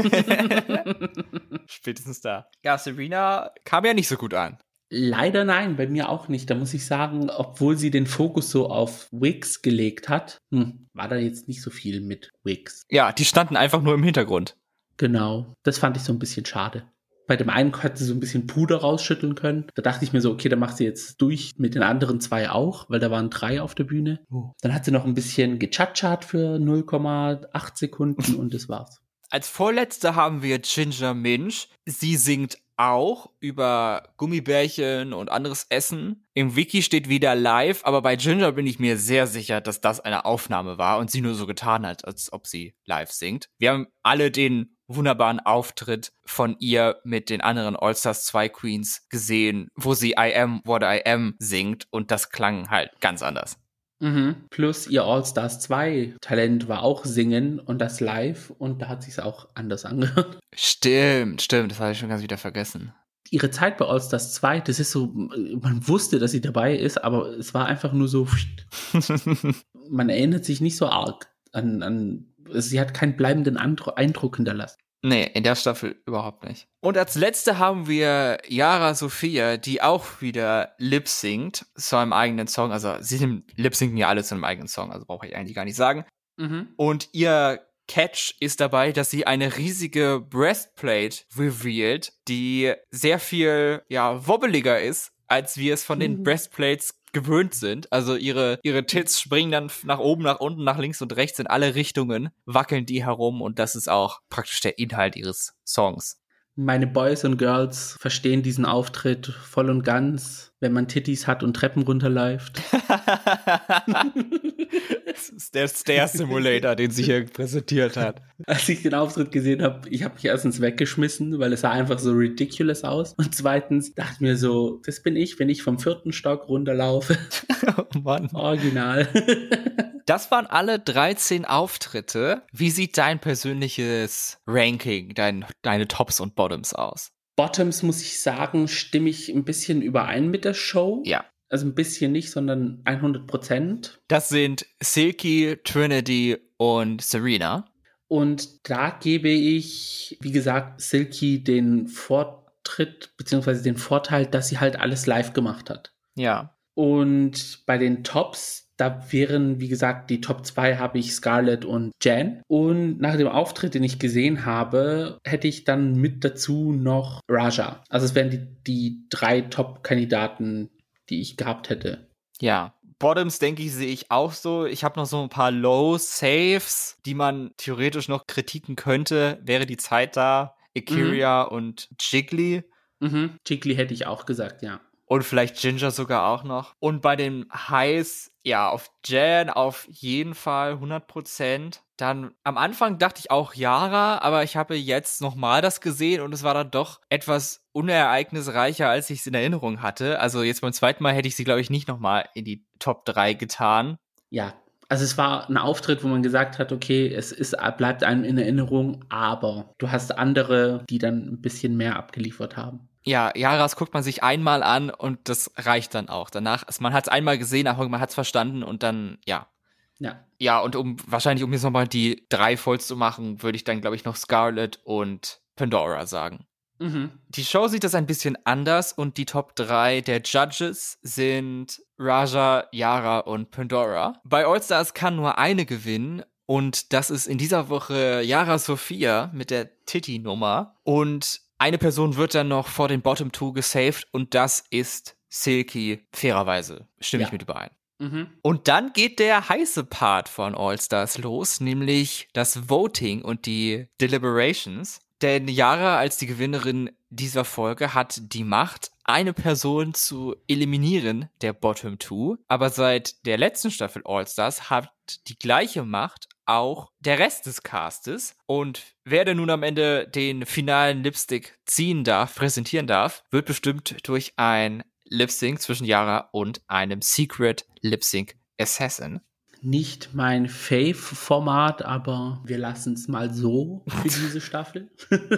Spätestens da. Ja, Serena kam ja nicht so gut an. Leider nein, bei mir auch nicht. Da muss ich sagen, obwohl sie den Fokus so auf Wigs gelegt hat, hm, war da jetzt nicht so viel mit Wigs. Ja, die standen einfach nur im Hintergrund. Genau, das fand ich so ein bisschen schade. Bei dem einen hat sie so ein bisschen Puder rausschütteln können. Da dachte ich mir so, okay, dann macht sie jetzt durch mit den anderen zwei auch, weil da waren drei auf der Bühne. Oh. Dann hat sie noch ein bisschen gechatschat für null Komma acht Sekunden und das war's. Als vorletzte haben wir Ginger Minch. Sie singt auch über Gummibärchen und anderes Essen. Im Wiki steht wieder live, aber bei Ginger bin ich mir sehr sicher, dass das eine Aufnahme war und sie nur so getan hat, als ob sie live singt. Wir haben alle den wunderbaren Auftritt von ihr mit den anderen All-Stars zwei Queens gesehen, wo sie I Am What I Am singt und das klang halt ganz anders. Mhm. Plus ihr All-Stars zwei Talent war auch singen und das live und da hat sich's auch anders angehört. Stimmt, stimmt, das habe ich schon ganz wieder vergessen. Ihre Zeit bei All-Stars zwei, das ist so, man wusste, dass sie dabei ist, aber es war einfach nur so, man erinnert sich nicht so arg an, an sie hat keinen bleibenden Eindruck hinterlassen. Nee, in der Staffel überhaupt nicht. Und als letzte haben wir Yara Sofia, die auch wieder lip-synct zu einem eigenen Song. Also sie lip-synken ja alle zu einem eigenen Song, also brauche ich eigentlich gar nicht sagen. Mhm. Und ihr Catch ist dabei, dass sie eine riesige Breastplate revealed, die sehr viel, ja, wobbeliger ist, als wir es von den mhm. Breastplates gewöhnt sind. Also ihre, ihre Tits springen dann nach oben, nach unten, nach links und rechts in alle Richtungen, wackeln die herum und das ist auch praktisch der Inhalt ihres Songs. Meine Boys und Girls verstehen diesen Auftritt voll und ganz, wenn man Titties hat und Treppen runterläuft. Das ist der Stair-Simulator, den sie hier präsentiert hat. Als ich den Auftritt gesehen habe, ich habe mich erstens weggeschmissen, weil es sah einfach so ridiculous aus. Und zweitens dachte ich mir so, das bin ich, wenn ich vom vierten Stock runterlaufe. Oh Mann. Original. Das waren alle dreizehn Auftritte. Wie sieht dein persönliches Ranking, dein, deine Tops und Bottoms aus? Bottoms, muss ich sagen, stimme ich ein bisschen überein mit der Show. Ja. Also ein bisschen nicht, sondern hundert Prozent. Das sind Silky, Trinity und Serena. Und da gebe ich, wie gesagt, Silky den Vortritt beziehungsweise den Vorteil, dass sie halt alles live gemacht hat. Ja. Und bei den Tops, da wären, wie gesagt, die Top zwei habe ich Scarlett und Jan. Und nach dem Auftritt, den ich gesehen habe, hätte ich dann mit dazu noch Raja. Also es wären die, die drei Top-Kandidaten die ich gehabt hätte. Ja, Bottoms, denke ich, sehe ich auch so. Ich habe noch so ein paar Low-Saves, die man theoretisch noch kritiken könnte. Wäre die Zeit da? Ikeria mhm. und Jiggly. Mhm. Jiggly hätte ich auch gesagt, ja. Und vielleicht Ginger sogar auch noch. Und bei den Highs, ja, auf Jan auf jeden Fall hundert Prozent. Dann am Anfang dachte ich auch Yara, aber ich habe jetzt nochmal das gesehen und es war dann doch etwas unereignisreicher, als ich es in Erinnerung hatte. Also jetzt beim zweiten Mal hätte ich sie, glaube ich, nicht nochmal in die Top drei getan. Ja, also es war ein Auftritt, wo man gesagt hat, okay, es ist, bleibt einem in Erinnerung, aber du hast andere, die dann ein bisschen mehr abgeliefert haben. Ja, Yaras guckt man sich einmal an und das reicht dann auch. Danach, also man hat es einmal gesehen, aber man hat es verstanden und dann, ja. Ja. Ja, und um wahrscheinlich, um jetzt nochmal die drei voll zu machen, würde ich dann, glaube ich, noch Scarlet und Pandora sagen. Mhm. Die Show sieht das ein bisschen anders und die Top drei der Judges sind Raja, Yara und Pandora. Bei All-Stars kann nur eine gewinnen und das ist in dieser Woche Yara Sophia mit der Titi-Nummer. Und eine Person wird dann noch vor den Bottom Two gesaved und das ist Silky. Fairerweise stimme ja. ich mit überein. Mhm. Und dann geht der heiße Part von All-Stars los, nämlich das Voting und die Deliberations. Denn Yara als die Gewinnerin dieser Folge hat die Macht, eine Person zu eliminieren, der Bottom Two. Aber seit der letzten Staffel All-Stars hat die gleiche Macht auch der Rest des Castes. Und wer denn nun am Ende den finalen Lipstick ziehen darf, präsentieren darf, wird bestimmt durch ein Lip-Sync zwischen Yara und einem Secret Lip-Sync Assassin. Nicht mein Fave-Format, aber wir lassen es mal so für diese Staffel.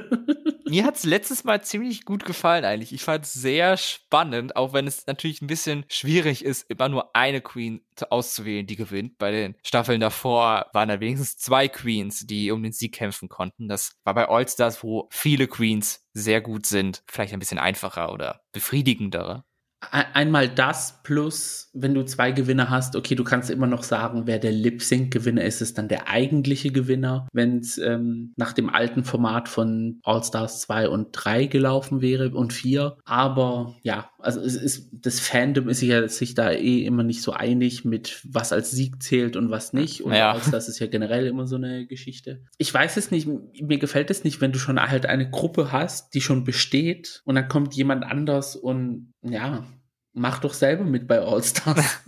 Mir hat es letztes Mal ziemlich gut gefallen eigentlich. Ich fand es sehr spannend, auch wenn es natürlich ein bisschen schwierig ist, immer nur eine Queen auszuwählen, die gewinnt. Bei den Staffeln davor waren da wenigstens zwei Queens, die um den Sieg kämpfen konnten. Das war bei All-Stars, wo viele Queens sehr gut sind, vielleicht ein bisschen einfacher oder befriedigender. Einmal das plus, wenn du zwei Gewinner hast, okay, du kannst immer noch sagen, wer der Lip-Sync-Gewinner ist, ist dann der eigentliche Gewinner. Wenn es ähm, nach dem alten Format von All-Stars zwei und drei gelaufen wäre und vier. Aber ja, also es ist, das Fandom ist sich ja sich da eh immer nicht so einig mit, was als Sieg zählt und was nicht. Und ja. All-Stars ist ja generell immer so eine Geschichte. Ich weiß es nicht, mir gefällt es nicht, wenn du schon halt eine Gruppe hast, die schon besteht und dann kommt jemand anders und ja, mach doch selber mit bei All-Stars.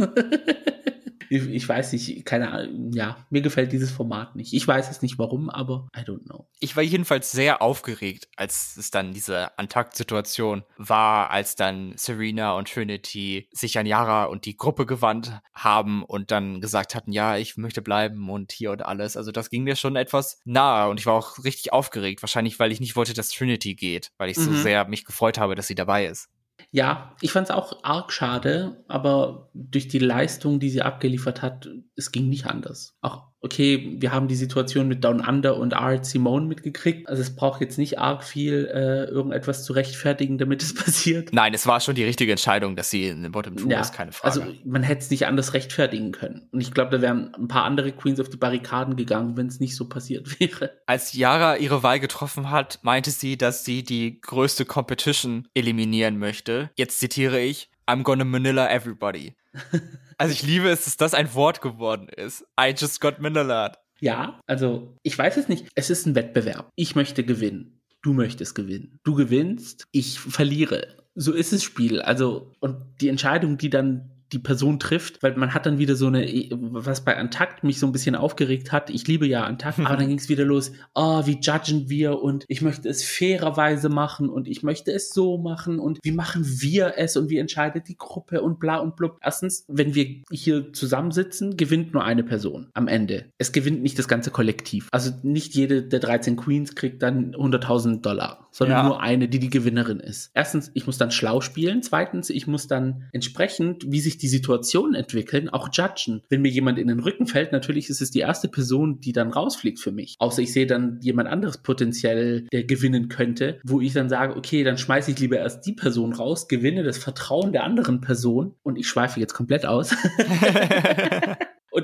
ich, ich weiß nicht, keine Ahnung, ja, mir gefällt dieses Format nicht. Ich weiß es nicht warum, aber I don't know. Ich war jedenfalls sehr aufgeregt, als es dann diese Antakt-Situation war, als dann Serena und Trinity sich an Yara und die Gruppe gewandt haben und dann gesagt hatten, ja, ich möchte bleiben und hier und alles. Also das ging mir schon etwas nahe und ich war auch richtig aufgeregt. Wahrscheinlich, weil ich nicht wollte, dass Trinity geht, weil ich mhm. so sehr mich gefreut habe, dass sie dabei ist. Ja, ich fand es auch arg schade, aber durch die Leistung, die sie abgeliefert hat, es ging nicht anders. Auch, okay, wir haben die Situation mit Down Under und Art Simone mitgekriegt. Also es braucht jetzt nicht arg viel, äh, irgendetwas zu rechtfertigen, damit es passiert. Nein, es war schon die richtige Entscheidung, dass sie in den Bottom Two ja, ist, keine Frage. Also man hätte es nicht anders rechtfertigen können. Und ich glaube, da wären ein paar andere Queens auf die Barrikaden gegangen, wenn es nicht so passiert wäre. Als Yara ihre Wahl getroffen hat, meinte sie, dass sie die größte Competition eliminieren möchte. Jetzt zitiere ich, I'm gonna Manila everybody. Also ich liebe es, dass das ein Wort geworden ist. I just got Manila. Ja, also ich weiß es nicht. Es ist ein Wettbewerb. Ich möchte gewinnen. Du möchtest gewinnen. Du gewinnst, ich verliere. So ist das Spiel. Also, und die Entscheidung, die dann die Person trifft, weil man hat dann wieder so eine, was bei Antakt mich so ein bisschen aufgeregt hat, ich liebe ja Antakt, aber dann ging es wieder los, oh, wie judgen wir und ich möchte es fairerweise machen und ich möchte es so machen und wie machen wir es und wie entscheidet die Gruppe und bla und blub. Erstens, wenn wir hier zusammensitzen, gewinnt nur eine Person am Ende. Es gewinnt nicht das ganze Kollektiv. Also nicht jede der dreizehn Queens kriegt dann hunderttausend Dollar, sondern ja. nur eine, die die Gewinnerin ist. Erstens, ich muss dann schlau spielen. Zweitens, ich muss dann entsprechend, wie sich die Situationen entwickeln, auch judgen. Wenn mir jemand in den Rücken fällt, natürlich ist es die erste Person, die dann rausfliegt für mich. Außer ich sehe dann jemand anderes potenziell, der gewinnen könnte, wo ich dann sage, okay, dann schmeiße ich lieber erst die Person raus, gewinne das Vertrauen der anderen Person und ich schweife jetzt komplett aus. Und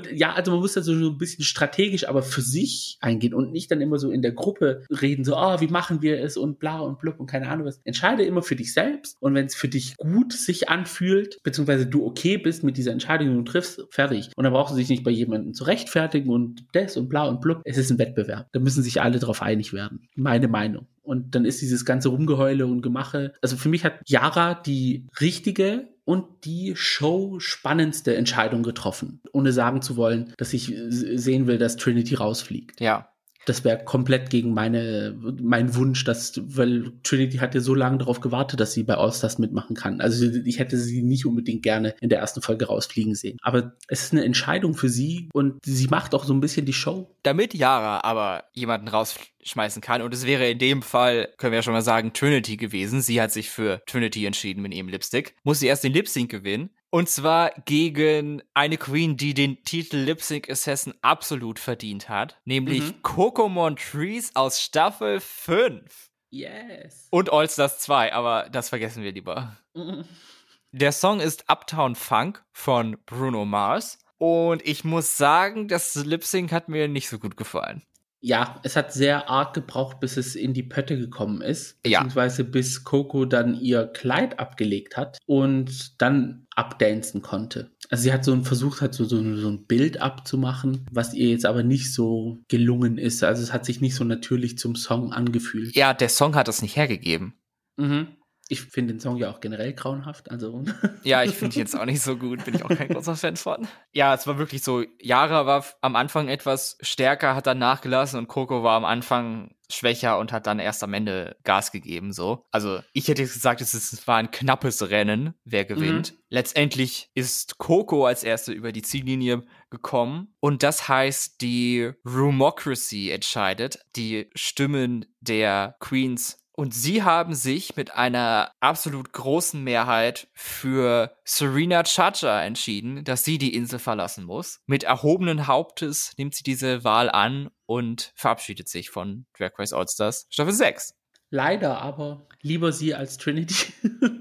ja, also man muss da so ein bisschen strategisch, aber für sich eingehen und nicht dann immer so in der Gruppe reden, so, ah, oh, wie machen wir es und bla und blub und keine Ahnung was. Entscheide immer für dich selbst und wenn es für dich gut sich anfühlt, beziehungsweise du okay bist mit dieser Entscheidung, die du triffst, fertig. Und dann brauchst du dich nicht bei jemandem zu rechtfertigen und das und bla und blub. Es ist ein Wettbewerb. Da müssen sich alle drauf einig werden. Meine Meinung. Und dann ist dieses ganze Rumgeheule und Gemache. Also für mich hat Yara die richtige und die Show-spannendste Entscheidung getroffen, ohne sagen zu wollen, dass ich sehen will, dass Trinity rausfliegt. Ja. Das wäre komplett gegen meine, mein Wunsch, dass, weil Trinity hat ja so lange darauf gewartet, dass sie bei All-Stars mitmachen kann. Also ich hätte sie nicht unbedingt gerne in der ersten Folge rausfliegen sehen. Aber es ist eine Entscheidung für sie und sie macht auch so ein bisschen die Show. Damit Yara aber jemanden rausschmeißen kann, und es wäre in dem Fall, können wir ja schon mal sagen, Trinity gewesen. Sie hat sich für Trinity entschieden mit ihrem Lipstick. Muss sie erst den Lip-Sync gewinnen. Und zwar gegen eine Queen, die den Titel Lip Sync Assassin absolut verdient hat. Nämlich mhm. Coco Montrese aus Staffel fünf. Yes. Und All-Stars zwei, aber das vergessen wir lieber. Mhm. Der Song ist Uptown Funk von Bruno Mars. Und ich muss sagen, das Lip Sync hat mir nicht so gut gefallen. Ja, es hat sehr arg gebraucht, bis es in die Pötte gekommen ist. Ja. Beziehungsweise bis Coco dann ihr Kleid abgelegt hat und dann abdancen konnte. Also sie hat so versucht, hat so, so, so ein Bild abzumachen, was ihr jetzt aber nicht so gelungen ist. Also es hat sich nicht so natürlich zum Song angefühlt. Ja, der Song hat das nicht hergegeben. Mhm. Ich finde den Song ja auch generell grauenhaft. Also. Ja, ich finde ihn jetzt auch nicht so gut. Bin ich auch kein großer Fan von. Ja, es war wirklich so, Yara war am Anfang etwas stärker, hat dann nachgelassen und Coco war am Anfang schwächer und hat dann erst am Ende Gas gegeben, so. Also, ich hätte gesagt, es, ist, es war ein knappes Rennen, wer gewinnt. Mhm. Letztendlich ist Coco als Erste über die Ziellinie gekommen und das heißt, die Roomocracy entscheidet, die Stimmen der Queens. Und sie haben sich mit einer absolut großen Mehrheit für Serena Chacha entschieden, dass sie die Insel verlassen muss. Mit erhobenen Hauptes nimmt sie diese Wahl an und verabschiedet sich von Drag Race All-Stars Staffel sechs. Leider, aber lieber sie als Trinity.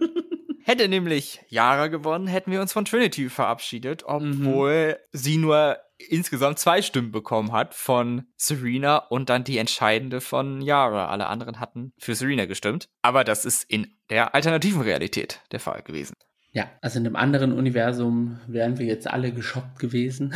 Hätte nämlich Yara gewonnen, hätten wir uns von Trinity verabschiedet, obwohl mhm. sie nur insgesamt zwei Stimmen bekommen hat von Serena und dann die entscheidende von Yara. Alle anderen hatten für Serena gestimmt. Aber das ist in der alternativen Realität der Fall gewesen. Ja, also in einem anderen Universum wären wir jetzt alle geschockt gewesen.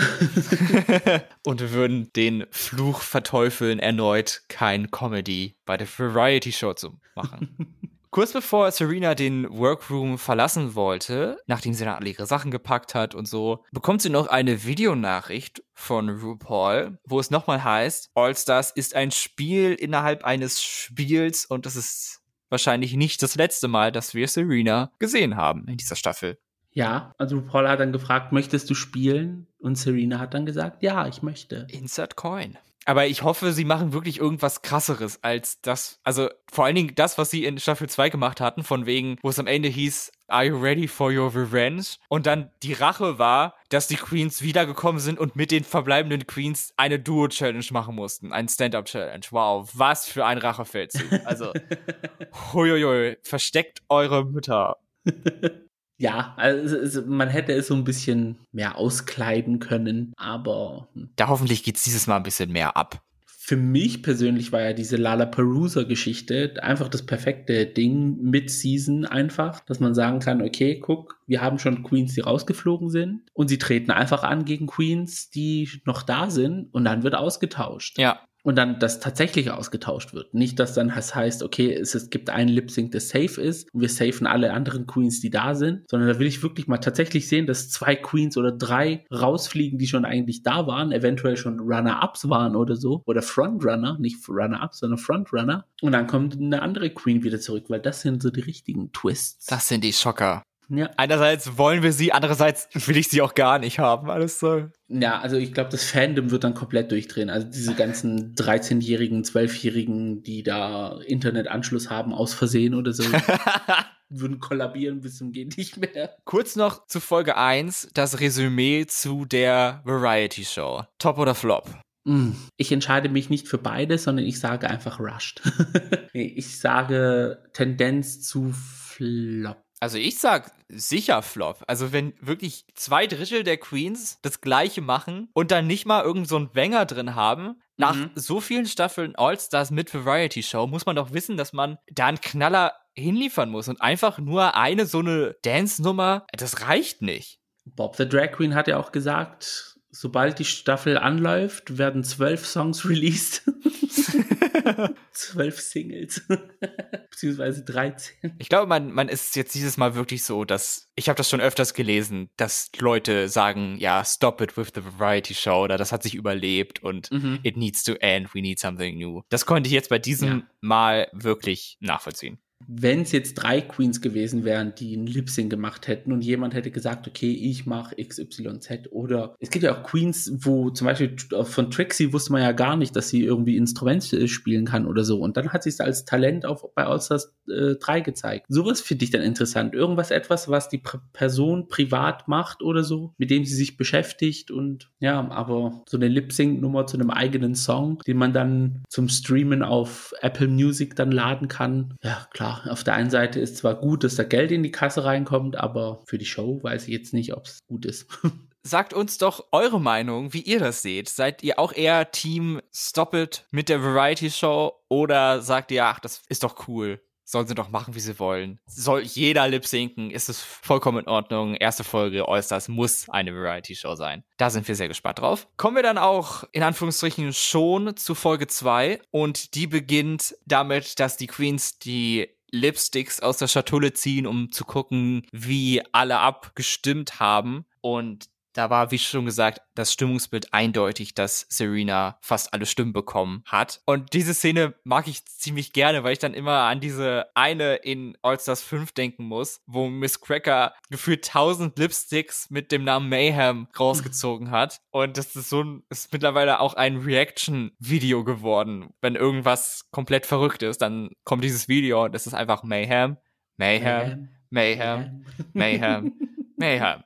Und wir würden den Fluch verteufeln, erneut kein Comedy bei der Variety-Show zu machen. Kurz bevor Serena den Workroom verlassen wollte, nachdem sie dann alle ihre Sachen gepackt hat und so, bekommt sie noch eine Videonachricht von RuPaul, wo es nochmal heißt, All-Stars ist ein Spiel innerhalb eines Spiels und das ist wahrscheinlich nicht das letzte Mal, dass wir Serena gesehen haben in dieser Staffel. Ja, also RuPaul hat dann gefragt, möchtest du spielen? Und Serena hat dann gesagt, ja, ich möchte. Insert Coin. Aber ich hoffe, sie machen wirklich irgendwas Krasseres als das, also vor allen Dingen das, was sie in Staffel zwei gemacht hatten, von wegen, wo es am Ende hieß, are you ready for your revenge? Und dann die Rache war, dass die Queens wiedergekommen sind und mit den verbleibenden Queens eine Duo-Challenge machen mussten, ein Stand-Up-Challenge. Wow, was für ein Rachefeldzug. Also, huiuiui, versteckt eure Mütter. Ja, also es, man hätte es so ein bisschen mehr auskleiden können, aber... Da hoffentlich geht's dieses Mal ein bisschen mehr ab. Für mich persönlich war ja diese Lollapalooza-Geschichte einfach das perfekte Ding mit Season einfach, dass man sagen kann, okay, guck, wir haben schon Queens, die rausgeflogen sind und sie treten einfach an gegen Queens, die noch da sind und dann wird ausgetauscht. Ja. Und dann das tatsächlich ausgetauscht wird. Nicht, dass dann das heißt, okay, es, es gibt einen Lip-Sync, der safe ist und wir safen alle anderen Queens, die da sind, sondern da will ich wirklich mal tatsächlich sehen, dass zwei Queens oder drei rausfliegen, die schon eigentlich da waren, eventuell schon Runner-Ups waren oder so, oder Frontrunner, nicht Runner-Ups, sondern Frontrunner. Und dann kommt eine andere Queen wieder zurück, weil das sind so die richtigen Twists. Das sind die Schocker. Ja. Einerseits wollen wir sie, andererseits will ich sie auch gar nicht haben, alles so. Ja, also ich glaube, das Fandom wird dann komplett durchdrehen. Also diese ganzen dreizehnjährigen, zwölfjährigen, die da Internetanschluss haben, aus Versehen oder so, würden kollabieren bis zum Geht nicht mehr. Kurz noch zu Folge eins, das Resümee zu der Variety-Show. Top oder Flop? Ich entscheide mich nicht für beide, sondern ich sage einfach Rushed. Ich sage Tendenz zu Flop. Also ich sag sicher Flop. Also wenn wirklich zwei Drittel der Queens das Gleiche machen und dann nicht mal irgend so einen Banger drin haben, nach Mhm. so vielen Staffeln All-Stars mit Variety Show muss man doch wissen, dass man da einen Knaller hinliefern muss und einfach nur eine so eine Dance-Nummer, das reicht nicht. Bob the Drag Queen hat ja auch gesagt, sobald die Staffel anläuft, werden zwölf Songs released. Zwölf Singles. Beziehungsweise dreizehn. Ich glaube, man, man ist jetzt dieses Mal wirklich so, dass, ich habe das schon öfters gelesen, dass Leute sagen, ja, stop it with the variety show oder das hat sich überlebt und Mhm. it needs to end, we need something new. Das konnte ich jetzt bei diesem Ja. Mal wirklich nachvollziehen. Wenn es jetzt drei Queens gewesen wären, die einen Lip-Sync gemacht hätten und jemand hätte gesagt, okay, ich mache X Y Z, oder es gibt ja auch Queens, wo zum Beispiel von Trixie wusste man ja gar nicht, dass sie irgendwie Instrumente spielen kann oder so, und dann hat sie es als Talent auch bei All-Stars äh, drei gezeigt. Sowas finde ich dann interessant. Irgendwas, etwas, was die P- Person privat macht oder so, mit dem sie sich beschäftigt, und ja, aber so eine Lip-Sync-Nummer zu einem eigenen Song, den man dann zum Streamen auf Apple Music dann laden kann, ja, klar. Auf der einen Seite ist zwar gut, dass da Geld in die Kasse reinkommt, aber für die Show weiß ich jetzt nicht, ob es gut ist. Sagt uns doch eure Meinung, wie ihr das seht. Seid ihr auch eher Team Stop It mit der Variety Show oder sagt ihr, ach, das ist doch cool, sollen sie doch machen, wie sie wollen. Soll jeder lip-synken, ist es vollkommen in Ordnung. Erste Folge All-Stars muss eine Variety-Show sein. Da sind wir sehr gespannt drauf. Kommen wir dann auch, in Anführungsstrichen, schon zu Folge zwei. Und die beginnt damit, dass die Queens die Lipsticks aus der Schatulle ziehen, um zu gucken, wie alle abgestimmt haben. Und da war, wie schon gesagt, das Stimmungsbild eindeutig, dass Serena fast alle Stimmen bekommen hat. Und diese Szene mag ich ziemlich gerne, weil ich dann immer an diese eine in All-Stars fünf denken muss, wo Miss Cracker gefühlt tausend Lipsticks mit dem Namen Mayhem rausgezogen hat. Und das ist so ein, ist mittlerweile auch ein Reaction-Video geworden. Wenn irgendwas komplett verrückt ist, dann kommt dieses Video und es ist einfach Mayhem, Mayhem, Mayhem, Mayhem, Mayhem.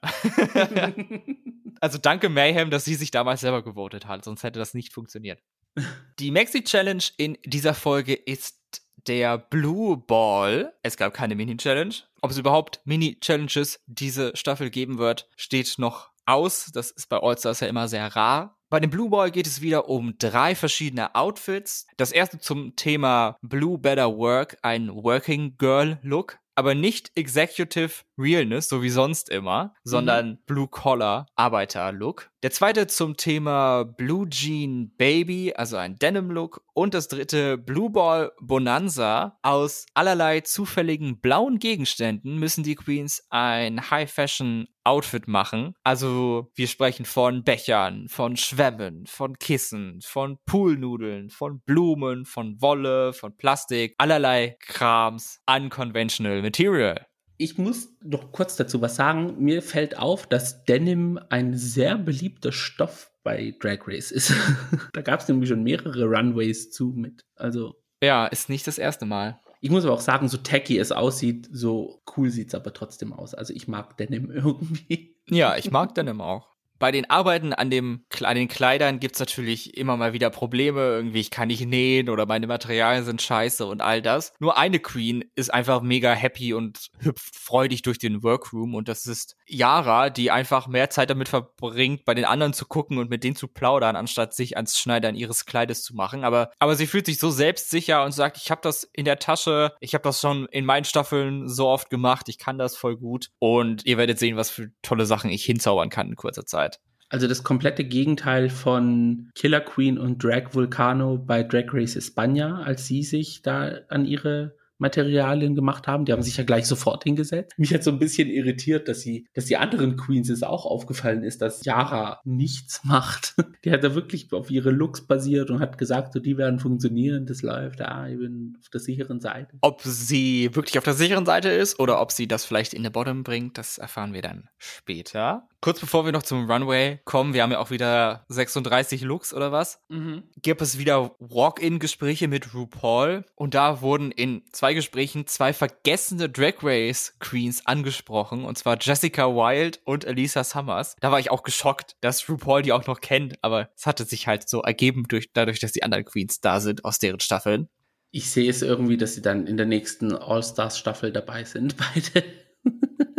Also danke Mayhem, dass sie sich damals selber gewotet hat, sonst hätte das nicht funktioniert. Die Maxi-Challenge in dieser Folge ist der Blue Ball. Es gab keine Mini-Challenge. Ob es überhaupt Mini-Challenges diese Staffel geben wird, steht noch aus. Das ist bei All-Stars ja immer sehr rar. Bei dem Blue Ball geht es wieder um drei verschiedene Outfits. Das erste zum Thema Blue Better Work, ein Working Girl Look. Aber nicht Executive Realness, so wie sonst immer, sondern mhm. Blue Collar Arbeiter Look. Der zweite zum Thema Blue Jean Baby, also ein Denim Look. Und das dritte Blue Ball Bonanza. Aus allerlei zufälligen blauen Gegenständen müssen die Queens ein High Fashion Outfit machen. Also wir sprechen von Bechern, von Schwämmen, von Kissen, von Poolnudeln, von Blumen, von Wolle, von Plastik, allerlei Krams, unconventional material. Ich muss noch kurz dazu was sagen. Mir fällt auf, dass Denim ein sehr beliebter Stoff bei Drag Race ist. Da gab es nämlich schon mehrere Runways zu mit. Also ja, ist nicht das erste Mal. Ich muss aber auch sagen, so tacky es aussieht, so cool sieht es aber trotzdem aus. Also ich mag Denim irgendwie. Ja, ich mag Denim auch. Bei den Arbeiten an, dem, an den Kleidern gibt's natürlich immer mal wieder Probleme. Irgendwie, ich kann nicht nähen oder meine Materialien sind scheiße und all das. Nur eine Queen ist einfach mega happy und hüpft freudig durch den Workroom. Und das ist Yara, die einfach mehr Zeit damit verbringt, bei den anderen zu gucken und mit denen zu plaudern, anstatt sich ans Schneidern ihres Kleides zu machen. Aber, aber sie fühlt sich so selbstsicher und sagt, ich habe das in der Tasche. Ich habe das schon in meinen Staffeln so oft gemacht. Ich kann das voll gut. Und ihr werdet sehen, was für tolle Sachen ich hinzaubern kann in kurzer Zeit. Also das komplette Gegenteil von Killer Queen und Drag Vulcano bei Drag Race España, als sie sich da an ihre Materialien gemacht haben. Die haben sich ja gleich sofort hingesetzt. Mich hat so ein bisschen irritiert, dass sie, dass die anderen Queens es auch aufgefallen ist, dass Yara nichts macht. Die hat da wirklich auf ihre Looks basiert und hat gesagt, so, die werden funktionieren, das läuft, ah, ich bin auf der sicheren Seite. Ob sie wirklich auf der sicheren Seite ist oder ob sie das vielleicht in der Bottom bringt, das erfahren wir dann später. Kurz bevor wir noch zum Runway kommen, wir haben ja auch wieder sechsunddreißig Looks oder was, mhm. gibt es wieder Walk-in-Gespräche mit RuPaul und da wurden in zwei Gesprächen zwei vergessene Drag Race Queens angesprochen, und zwar Jessica Wilde und Elisa Summers. Da war ich auch geschockt, dass RuPaul die auch noch kennt, aber es hatte sich halt so ergeben durch, dadurch, dass die anderen Queens da sind aus deren Staffeln. Ich sehe es irgendwie, dass sie dann in der nächsten All-Stars-Staffel dabei sind, beide.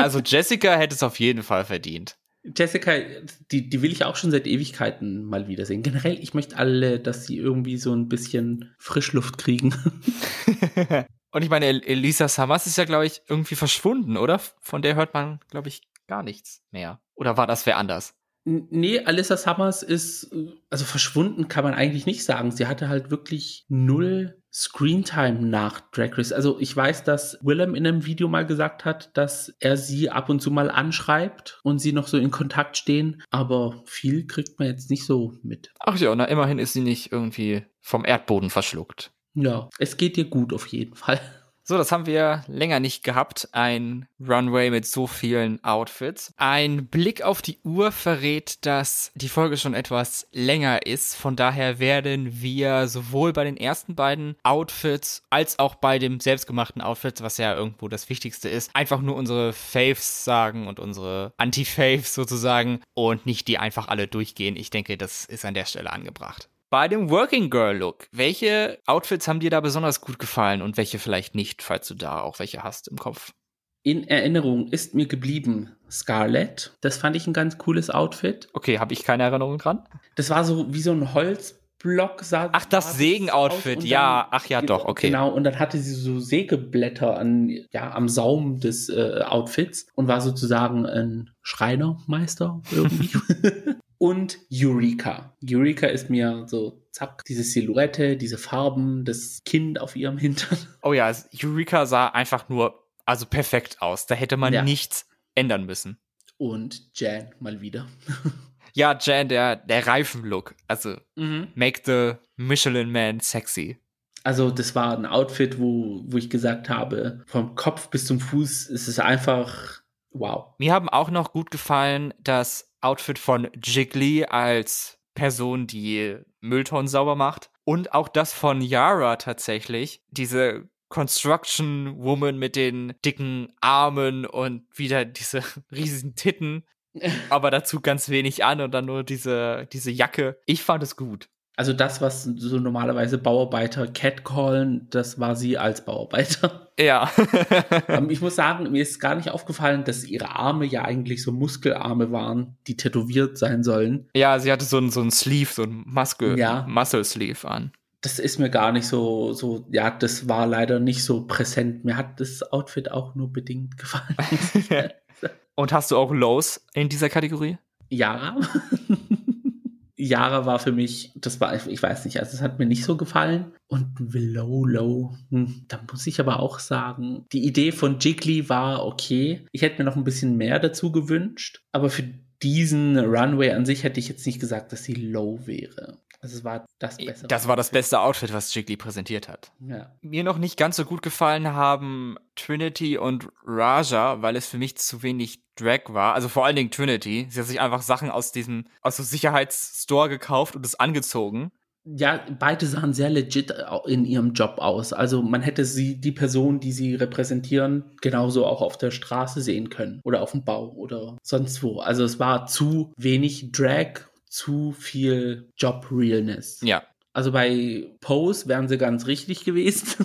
Also Jessica hätte es auf jeden Fall verdient. Jessica, die, die will ich auch schon seit Ewigkeiten mal wiedersehen. Generell, ich möchte alle, dass sie irgendwie so ein bisschen Frischluft kriegen. Und ich meine, Elisa Summers ist ja, glaube ich, irgendwie verschwunden, oder? Von der hört man, glaube ich, gar nichts mehr. Oder war das wer anders? Nee, Alyssa Summers ist, also verschwunden kann man eigentlich nicht sagen. Sie hatte halt wirklich null Screentime nach Drag Race. Also ich weiß, dass Willem in einem Video mal gesagt hat, dass er sie ab und zu mal anschreibt und sie noch so in Kontakt stehen. Aber viel kriegt man jetzt nicht so mit. Ach ja, na immerhin ist sie nicht irgendwie vom Erdboden verschluckt. Ja, es geht ihr gut auf jeden Fall. So, das haben wir länger nicht gehabt. Ein Runway mit so vielen Outfits. Ein Blick auf die Uhr verrät, dass die Folge schon etwas länger ist. Von daher werden wir sowohl bei den ersten beiden Outfits als auch bei dem selbstgemachten Outfit, was ja irgendwo das Wichtigste ist, einfach nur unsere Faves sagen und unsere Anti-Faves sozusagen und nicht die einfach alle durchgehen. Ich denke, das ist an der Stelle angebracht. Bei dem Working Girl Look, welche Outfits haben dir da besonders gut gefallen und welche vielleicht nicht, falls du da auch welche hast im Kopf? In Erinnerung ist mir geblieben Scarlett. Das fand ich ein ganz cooles Outfit. Okay, habe ich keine Erinnerung dran. Das war so wie so ein Holzblock. Sah, ach, das Sägen-Outfit, ja. Ach ja, doch, okay. Genau, und dann hatte sie so Sägeblätter an, ja, am Saum des äh, Outfits und war sozusagen ein Schreinermeister irgendwie. Und Eureka. Eureka ist mir so, zack, diese Silhouette, diese Farben, das Kind auf ihrem Hintern. Oh ja, Eureka sah einfach nur, also perfekt aus. Da hätte man ja nichts ändern müssen. Und Jan mal wieder. Ja, Jan, der, der Reifenlook. Also, mhm. Make the Michelin Man sexy. Also das war ein Outfit, wo, wo ich gesagt habe, vom Kopf bis zum Fuß ist es einfach wow. Mir haben auch noch gut gefallen das Outfit von Jiggly als Person, die Mülltonnen sauber macht. Und auch das von Yara tatsächlich. Diese Construction Woman mit den dicken Armen und wieder diese riesigen Titten. Aber dazu ganz wenig an und dann nur diese, diese Jacke. Ich fand es gut. Also das, was so normalerweise Bauarbeiter catcallen, das war sie als Bauarbeiter. Ja. Ich muss sagen, mir ist gar nicht aufgefallen, dass ihre Arme ja eigentlich so Muskelarme waren, die tätowiert sein sollen. Ja, sie hatte so ein, so ein Sleeve, so ein Muscle, ja. Muscle Sleeve an. Das ist mir gar nicht so, so, ja, das war leider nicht so präsent. Mir hat das Outfit auch nur bedingt gefallen. Und hast du auch Lows in dieser Kategorie? Ja. Yara war für mich, das war, ich weiß nicht, also es hat mir nicht so gefallen. Und Willow, Low, hm, da muss ich aber auch sagen, die Idee von Jiggly war okay. Ich hätte mir noch ein bisschen mehr dazu gewünscht, aber für diesen Runway an sich hätte ich jetzt nicht gesagt, dass sie Low wäre. Also es war das bessere. Das war das beste Outfit, was Jiggly präsentiert hat. Ja. Mir noch nicht ganz so gut gefallen haben Trinity und Raja, weil es für mich zu wenig Drag war. Also vor allen Dingen Trinity. Sie hat sich einfach Sachen aus diesem, aus dem Sicherheitsstore gekauft und es angezogen. Ja, beide sahen sehr legit in ihrem Job aus. Also man hätte sie, die Person, die sie repräsentieren, genauso auch auf der Straße sehen können. Oder auf dem Bau oder sonst wo. Also es war zu wenig Drag, zu viel Job-Realness. Ja. Also bei Pose wären sie ganz richtig gewesen.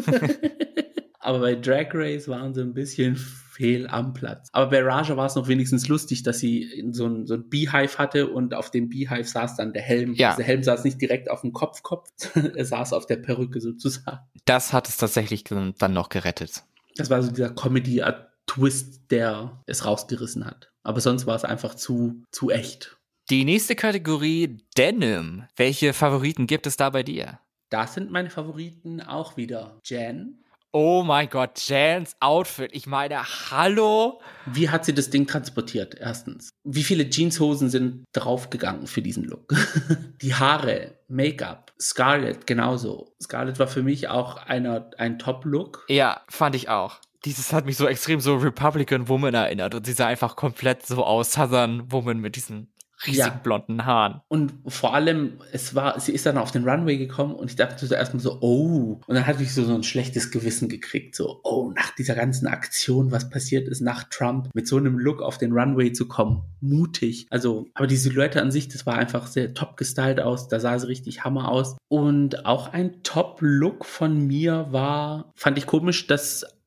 Aber bei Drag Race waren sie ein bisschen fehl am Platz. Aber bei Raja war es noch wenigstens lustig, dass sie so ein, so ein Beehive hatte und auf dem Beehive saß dann der Helm. Ja. Also der Helm saß nicht direkt auf dem Kopfkopf, er saß auf der Perücke sozusagen. Das hat es tatsächlich dann noch gerettet. Das war so dieser Comedy-Twist, der es rausgerissen hat. Aber sonst war es einfach zu, zu echt. Die nächste Kategorie, Denim. Welche Favoriten gibt es da bei dir? Da sind meine Favoriten auch wieder Jan. Oh mein Gott, Jans Outfit. Ich meine, hallo? Wie hat sie das Ding transportiert, erstens? Wie viele Jeanshosen sind draufgegangen für diesen Look? Die Haare, Make-up, Scarlett genauso. Scarlett war für mich auch einer, ein Top-Look. Ja, fand ich auch. Dieses hat mich so extrem so Republican Woman erinnert und sie sah einfach komplett so aus, Southern Woman mit diesen riesig ja. blonden Haaren. Und vor allem, es war, sie ist dann auf den Runway gekommen und ich dachte so erstmal so, oh. Und dann hatte ich so, so ein schlechtes Gewissen gekriegt. So, oh, nach dieser ganzen Aktion, was passiert ist nach Trump, mit so einem Look auf den Runway zu kommen. Mutig. Also, aber die Silhouette an sich, das war einfach sehr top gestylt aus. Da sah sie richtig Hammer aus. Und auch ein Top-Look von mir war, fand ich komisch, dass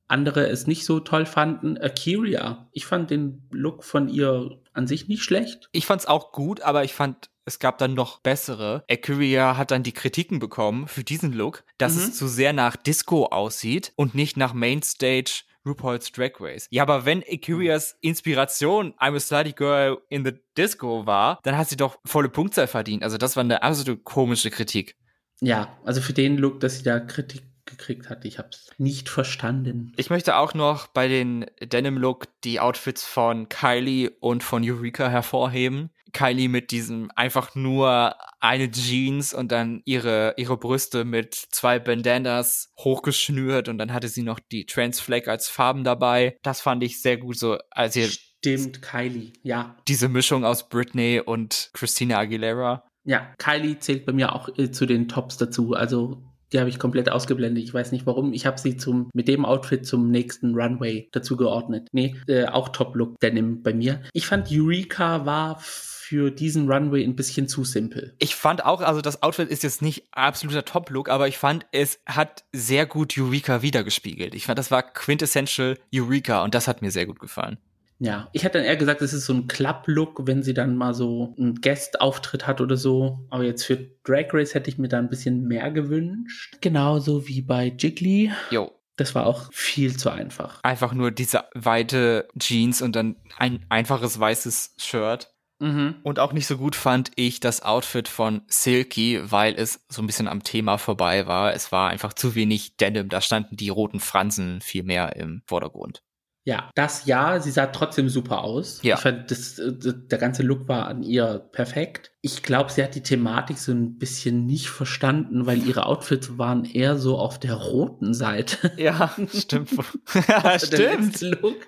andere es nicht so toll fanden. Akira, ich fand den Look von ihr an sich nicht schlecht. Ich fand's auch gut, aber ich fand, es gab dann noch bessere. Akira hat dann die Kritiken bekommen für diesen Look, dass mhm. es zu sehr nach Disco aussieht und nicht nach Mainstage RuPaul's Drag Race. Ja, aber wenn Akirias Inspiration I'm a Slutty Girl in the Disco war, dann hat sie doch volle Punktzahl verdient. Also das war eine absolute komische Kritik. Ja, also für den Look, dass sie da Kritik gekriegt hat, ich hab's nicht verstanden. Ich möchte auch noch bei den Denim-Look die Outfits von Kylie und von Eureka hervorheben. Kylie mit diesem einfach nur eine Jeans und dann ihre, ihre Brüste mit zwei Bandanas hochgeschnürt und dann hatte sie noch die Trans Flag als Farben dabei. Das fand ich sehr gut so. Also Stimmt, Kylie, ja. Diese Mischung aus Britney und Christina Aguilera. Ja, Kylie zählt bei mir auch äh, zu den Tops dazu, also die habe ich komplett ausgeblendet. Ich weiß nicht warum. Ich habe sie zum mit dem Outfit zum nächsten Runway dazu geordnet. Nee, äh, auch Top-Look Denim bei mir. Ich fand Eureka war für diesen Runway ein bisschen zu simpel. Ich fand auch, also das Outfit ist jetzt nicht absoluter Top-Look, aber ich fand, es hat sehr gut Eureka wiedergespiegelt. Ich fand, das war quintessential Eureka und das hat mir sehr gut gefallen. Ja, ich hätte dann eher gesagt, es ist so ein Club-Look, wenn sie dann mal so einen Guest-Auftritt hat oder so. Aber jetzt für Drag Race hätte ich mir da ein bisschen mehr gewünscht. Genauso wie bei Jiggly. Jo. Das war auch viel zu einfach. Einfach nur diese weite Jeans und dann ein einfaches weißes Shirt. Mhm. Und auch nicht so gut fand ich das Outfit von Silky, weil es so ein bisschen am Thema vorbei war. Es war einfach zu wenig Denim. Da standen die roten Fransen viel mehr im Vordergrund. Ja, das ja, sie sah trotzdem super aus. Ja. Ich fand, das, der ganze Look war an ihr perfekt. Ich glaube, sie hat die Thematik so ein bisschen nicht verstanden, weil ihre Outfits waren eher so auf der roten Seite. Ja, stimmt. Ja, stimmt. Der Look.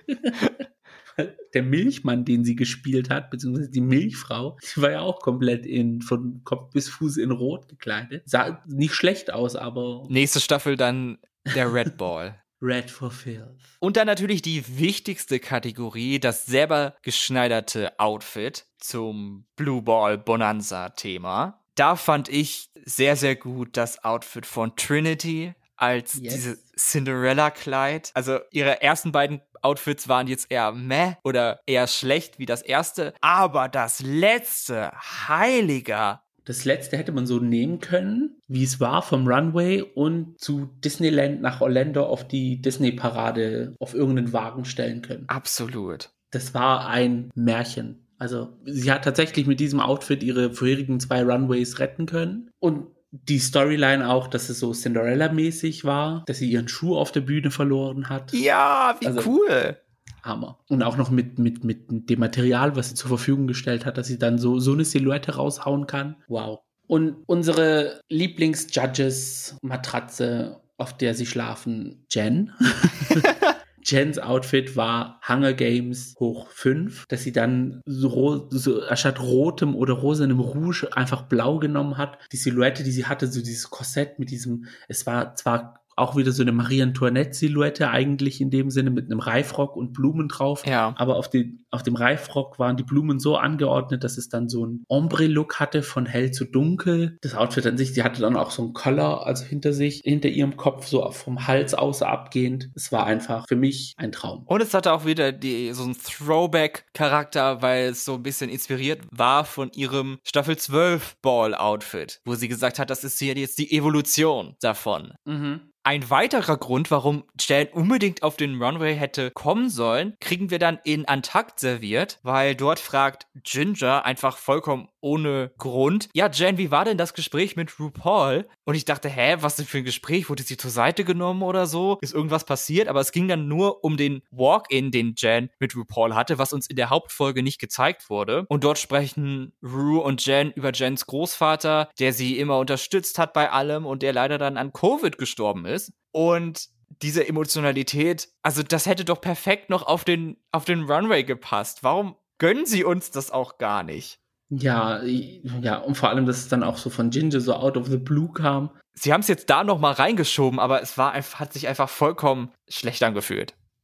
Der Milchmann, den sie gespielt hat, beziehungsweise die Milchfrau, die war ja auch komplett in, von Kopf bis Fuß in Rot gekleidet. Sah nicht schlecht aus, aber... Nächste Staffel dann der Red Ball. Red for Filth. Und dann natürlich die wichtigste Kategorie, das selber geschneiderte Outfit zum Blue Ball Bonanza Thema. Da fand ich sehr, sehr gut das Outfit von Trinity als yes. dieses Cinderella-Kleid. Also ihre ersten beiden Outfits waren jetzt eher meh oder eher schlecht wie das erste. Aber das letzte, heiliger. Das letzte hätte man so nehmen können, wie es war vom Runway und zu Disneyland nach Orlando auf die Disney-Parade auf irgendeinen Wagen stellen können. Absolut. Das war ein Märchen. Also sie hat tatsächlich mit diesem Outfit ihre vorherigen zwei Runways retten können. Und die Storyline auch, dass es so Cinderella-mäßig war, dass sie ihren Schuh auf der Bühne verloren hat. Ja, wie also, cool. Hammer. Und auch noch mit, mit, mit dem Material, was sie zur Verfügung gestellt hat, dass sie dann so, so eine Silhouette raushauen kann. Wow. Und unsere Lieblings-Judges-Matratze, auf der sie schlafen, Jen. Jens Outfit war Hunger Games hoch fünf, dass sie dann so, so anstatt rotem oder rosanem Rouge einfach blau genommen hat. Die Silhouette, die sie hatte, so dieses Korsett mit diesem, es war zwar auch wieder so eine Marie-Antoinette-Silhouette eigentlich in dem Sinne mit einem Reifrock und Blumen drauf. Ja. Aber auf, die, auf dem Reifrock waren die Blumen so angeordnet, dass es dann so einen Ombre-Look hatte, von hell zu dunkel. Das Outfit an sich, die hatte dann auch so einen Collar, also hinter sich, hinter ihrem Kopf, so vom Hals aus abgehend. Es war einfach für mich ein Traum. Und es hatte auch wieder die, so einen Throwback-Charakter, weil es so ein bisschen inspiriert war von ihrem Staffel zwölf Ball-Outfit, wo sie gesagt hat, das ist hier jetzt die Evolution davon. Mhm. Ein weiterer Grund, warum Jen unbedingt auf den Runway hätte kommen sollen, kriegen wir dann in Antakt serviert, weil dort fragt Ginger einfach vollkommen ohne Grund, ja Jen, wie war denn das Gespräch mit RuPaul? Und ich dachte, hä, was denn für ein Gespräch? Wurde sie zur Seite genommen oder so? Ist irgendwas passiert? Aber es ging dann nur um den Walk-In, den Jen mit RuPaul hatte, was uns in der Hauptfolge nicht gezeigt wurde. Und dort sprechen Ru und Jen über Jens Großvater, der sie immer unterstützt hat bei allem und der leider dann an Covid gestorben ist. Und diese Emotionalität, also das hätte doch perfekt noch auf den, auf den Runway gepasst. Warum gönnen sie uns das auch gar nicht? Ja, ja, und vor allem, dass es dann auch so von Ginger so out of the blue kam. Sie haben es jetzt da noch mal reingeschoben, aber es war einfach, hat sich einfach vollkommen schlecht angefühlt.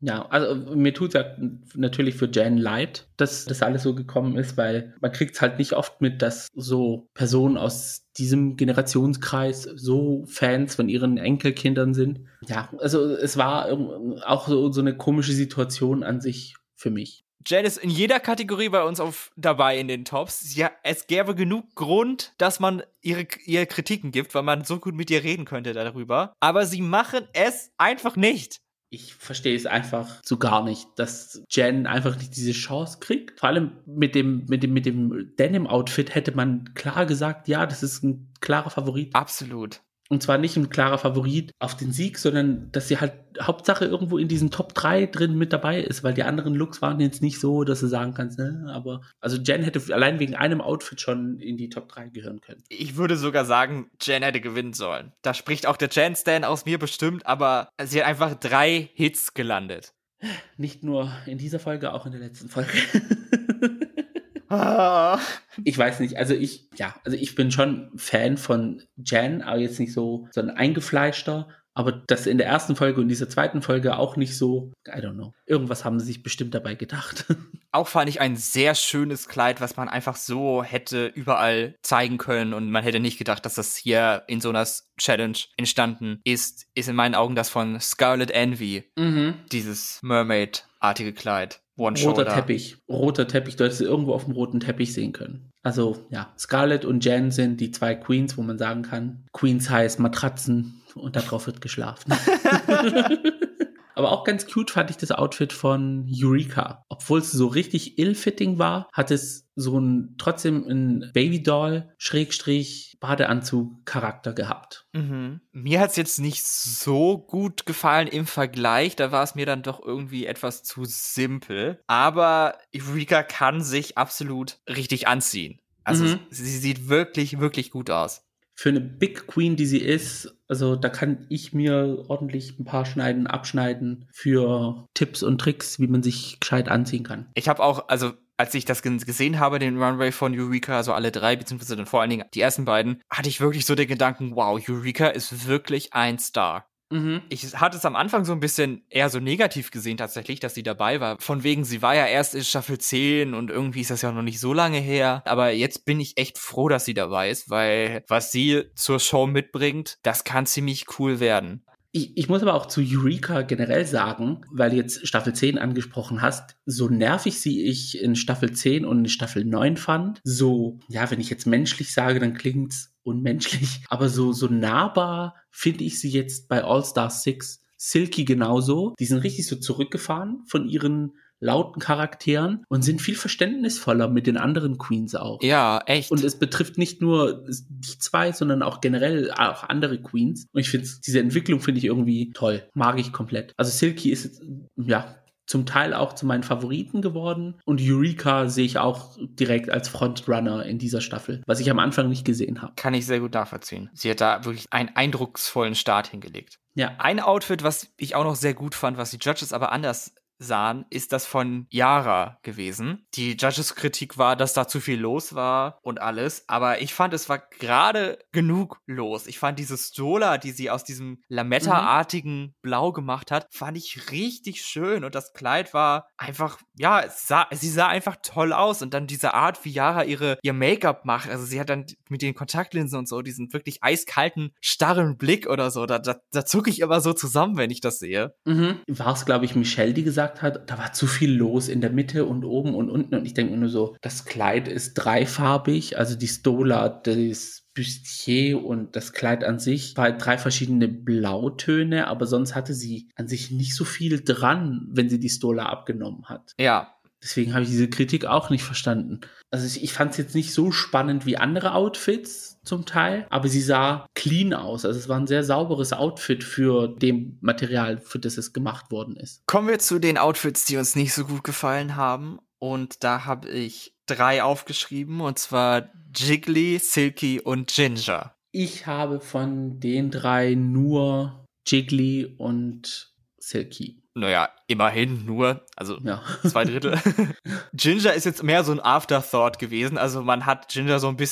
Ja, also mir tut ja natürlich für Jen leid, dass das alles so gekommen ist, weil man kriegt es halt nicht oft mit, dass so Personen aus diesem Generationskreis so Fans von ihren Enkelkindern sind. Ja, also es war auch so, so eine komische Situation an sich für mich. Jen ist in jeder Kategorie bei uns auf dabei in den Tops. Ja, es gäbe genug Grund, dass man ihre, ihre Kritiken gibt, weil man so gut mit ihr reden könnte darüber. Aber sie machen es einfach nicht. Ich verstehe es einfach so gar nicht, dass Jen einfach nicht diese Chance kriegt. Vor allem mit dem, mit dem, mit dem Denim-Outfit hätte man klar gesagt, ja, das ist ein klarer Favorit. Absolut. Und zwar nicht ein klarer Favorit auf den Sieg, sondern dass sie halt Hauptsache irgendwo in diesen Top drei drin mit dabei ist, weil die anderen Looks waren jetzt nicht so, dass du sagen kannst, ne, aber also Jen hätte allein wegen einem Outfit schon in die Top drei gehören können. Ich würde sogar sagen, Jen hätte gewinnen sollen. Da spricht auch der Jen-Stan aus mir bestimmt, aber sie hat einfach drei Hits gelandet. Nicht nur in dieser Folge, auch in der letzten Folge. Ah. Ich weiß nicht, also ich, ja, also ich bin schon Fan von Jen, aber jetzt nicht so, so ein eingefleischter, aber das in der ersten Folge und dieser zweiten Folge auch nicht so, I don't know. Irgendwas haben sie sich bestimmt dabei gedacht. Auch fand ich ein sehr schönes Kleid, was man einfach so hätte überall zeigen können und man hätte nicht gedacht, dass das hier in so einer Challenge entstanden ist, ist in meinen Augen das von Scarlet Envy, mhm. Dieses Mermaid-artige Kleid. Roter Teppich. Roter Teppich. Du hättest irgendwo auf dem roten Teppich sehen können. Also, ja. Scarlett und Jen sind die zwei Queens, wo man sagen kann, Queens heißt Matratzen und darauf wird geschlafen. Aber auch ganz cute fand ich das Outfit von Eureka. Obwohl es so richtig ill-fitting war, hat es so ein, trotzdem ein Babydoll Schrägstrich Badeanzug-Charakter gehabt. Mhm. Mir hat es jetzt nicht so gut gefallen im Vergleich. Da war es mir dann doch irgendwie etwas zu simpel. Aber Eureka kann sich absolut richtig anziehen. Also mhm. sie sieht wirklich, wirklich gut aus. Für eine Big Queen, die sie ist, also da kann ich mir ordentlich ein paar Schneiden abschneiden für Tipps und Tricks, wie man sich gescheit anziehen kann. Ich habe auch, also als ich das gesehen habe, den Runway von Eureka, also alle drei, beziehungsweise dann vor allen Dingen die ersten beiden, hatte ich wirklich so den Gedanken, wow, Eureka ist wirklich ein Star. Mhm. Ich hatte es am Anfang so ein bisschen eher so negativ gesehen tatsächlich, dass sie dabei war. Von wegen, sie war ja erst in Staffel zehn und irgendwie ist das ja noch nicht so lange her. Aber jetzt bin ich echt froh, dass sie dabei ist, weil was sie zur Show mitbringt, das kann ziemlich cool werden. Ich, ich muss aber auch zu Eureka generell sagen, weil du jetzt Staffel zehn angesprochen hast, so nervig sie ich in Staffel zehn und in Staffel neun fand, so, ja, wenn ich jetzt menschlich sage, dann klingt's unmenschlich, aber so, so nahbar finde ich sie jetzt bei All Star six. Silky genauso. Die sind richtig so zurückgefahren von ihren lauten Charakteren und sind viel verständnisvoller mit den anderen Queens auch. Ja, echt. Und es betrifft nicht nur die zwei, sondern auch generell auch andere Queens. Und ich finde, diese Entwicklung finde ich irgendwie toll. Mag ich komplett. Also Silky ist, ja, zum Teil auch zu meinen Favoriten geworden. Und Eureka sehe ich auch direkt als Frontrunner in dieser Staffel, was ich am Anfang nicht gesehen habe. Kann ich sehr gut nachvollziehen. Sie hat da wirklich einen eindrucksvollen Start hingelegt. Ja. Ein Outfit, was ich auch noch sehr gut fand, was die Judges aber anders sahen, ist das von Yara gewesen. Die Judges-Kritik war, dass da zu viel los war und alles, aber ich fand, es war gerade genug los. Ich fand diese Stola, die sie aus diesem Lametta-artigen Blau gemacht hat, fand ich richtig schön und das Kleid war einfach, ja, es sah, sie sah einfach toll aus und dann diese Art, wie Yara ihre, ihr Make-up macht, also sie hat dann mit den Kontaktlinsen und so diesen wirklich eiskalten, starren Blick oder so, da, da, da zucke ich immer so zusammen, wenn ich das sehe. Mhm. War es, glaube ich, Michelle, die gesagt hat, da war zu viel los in der Mitte und oben und unten und ich denke mir nur so, das Kleid ist dreifarbig, also die Stola, das Bustier und das Kleid an sich war halt drei verschiedene Blautöne, aber sonst hatte sie an sich nicht so viel dran, wenn sie die Stola abgenommen hat. Ja. Deswegen habe ich diese Kritik auch nicht verstanden. Also ich, ich fand es jetzt nicht so spannend wie andere Outfits zum Teil, aber sie sah clean aus. Also es war ein sehr sauberes Outfit für dem Material, für das es gemacht worden ist. Kommen wir zu den Outfits, die uns nicht so gut gefallen haben. Und da habe ich drei aufgeschrieben, und zwar Jiggly, Silky und Ginger. Ich habe von den drei nur Jiggly und Silky. Naja, immerhin nur, also ja. zwei Drittel. Ginger ist jetzt mehr so ein Afterthought gewesen. Also man hat Ginger so ein bisschen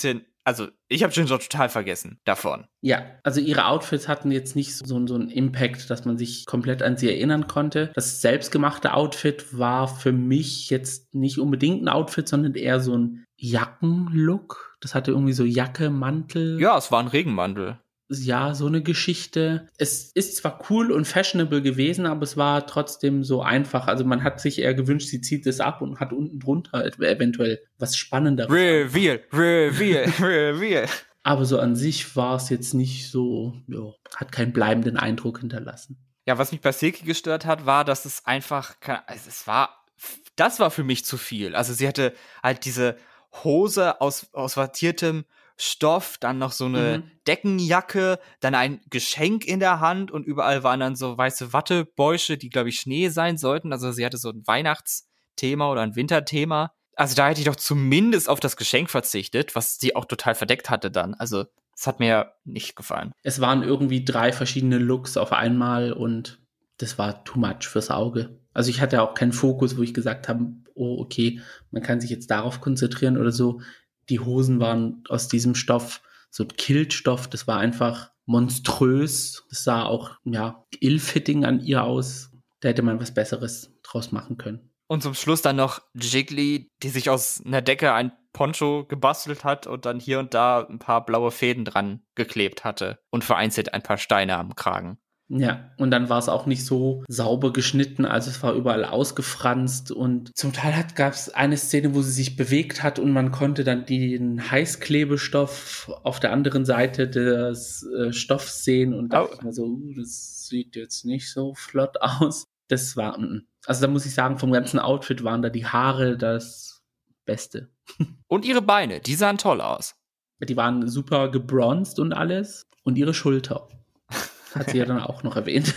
also ich habe Ginger total vergessen davon. Ja, also ihre Outfits hatten jetzt nicht so, so einen Impact, dass man sich komplett an sie erinnern konnte. Das selbstgemachte Outfit war für mich jetzt nicht unbedingt ein Outfit, sondern eher so ein Jackenlook. Das hatte irgendwie so Jacke, Mantel. Ja, es war ein Regenmantel. Ja, so eine Geschichte. Es ist zwar cool und fashionable gewesen, aber es war trotzdem so einfach. Also man hat sich eher gewünscht, sie zieht es ab und hat unten drunter eventuell was Spannenderes. Reveal, reveal, reveal. Aber so an sich war es jetzt nicht so, jo, hat keinen bleibenden Eindruck hinterlassen. Ja, was mich bei Silky gestört hat, war, dass es einfach, also es war, das war für mich zu viel. Also sie hatte halt diese Hose aus, aus wattiertem Stoff, dann noch so eine mhm. Deckenjacke, dann ein Geschenk in der Hand und überall waren dann so weiße Wattebäusche, die, glaube ich, Schnee sein sollten. Also sie hatte so ein Weihnachtsthema oder ein Winterthema. Also da hätte ich doch zumindest auf das Geschenk verzichtet, was sie auch total verdeckt hatte dann. Also es hat mir nicht gefallen. Es waren irgendwie drei verschiedene Looks auf einmal und das war too much fürs Auge. Also ich hatte auch keinen Fokus, wo ich gesagt habe, oh okay, man kann sich jetzt darauf konzentrieren oder so. Die Hosen waren aus diesem Stoff, so ein Kiltstoff, das war einfach monströs. Das sah auch, ja, ill-fitting an ihr aus. Da hätte man was Besseres draus machen können. Und zum Schluss dann noch Jiggly, die sich aus einer Decke ein Poncho gebastelt hat und dann hier und da ein paar blaue Fäden dran geklebt hatte und vereinzelt ein paar Steine am Kragen. Ja, und dann war es auch nicht so sauber geschnitten, also es war überall ausgefranst und zum Teil gab es eine Szene, wo sie sich bewegt hat und man konnte dann den Heißklebestoff auf der anderen Seite des äh, Stoffs sehen und dachte oh. mir so, uh, das sieht jetzt nicht so flott aus. Das war, also da muss ich sagen, vom ganzen Outfit waren da die Haare das Beste. Und ihre Beine, die sahen toll aus. Die waren super gebronzt und alles und ihre Schulter. Hat sie ja dann auch noch erwähnt.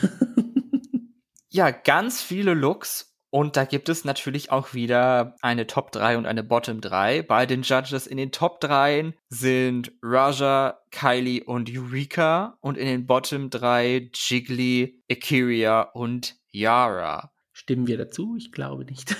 Ja, ganz viele Looks. Und da gibt es natürlich auch wieder eine Top drei und eine Bottom drei. Bei den Judges in den Top drei sind Raja, Kylie und Eureka. Und in den Bottom drei Jiggly, A'keria und Yara. Stimmen wir dazu? Ich glaube nicht.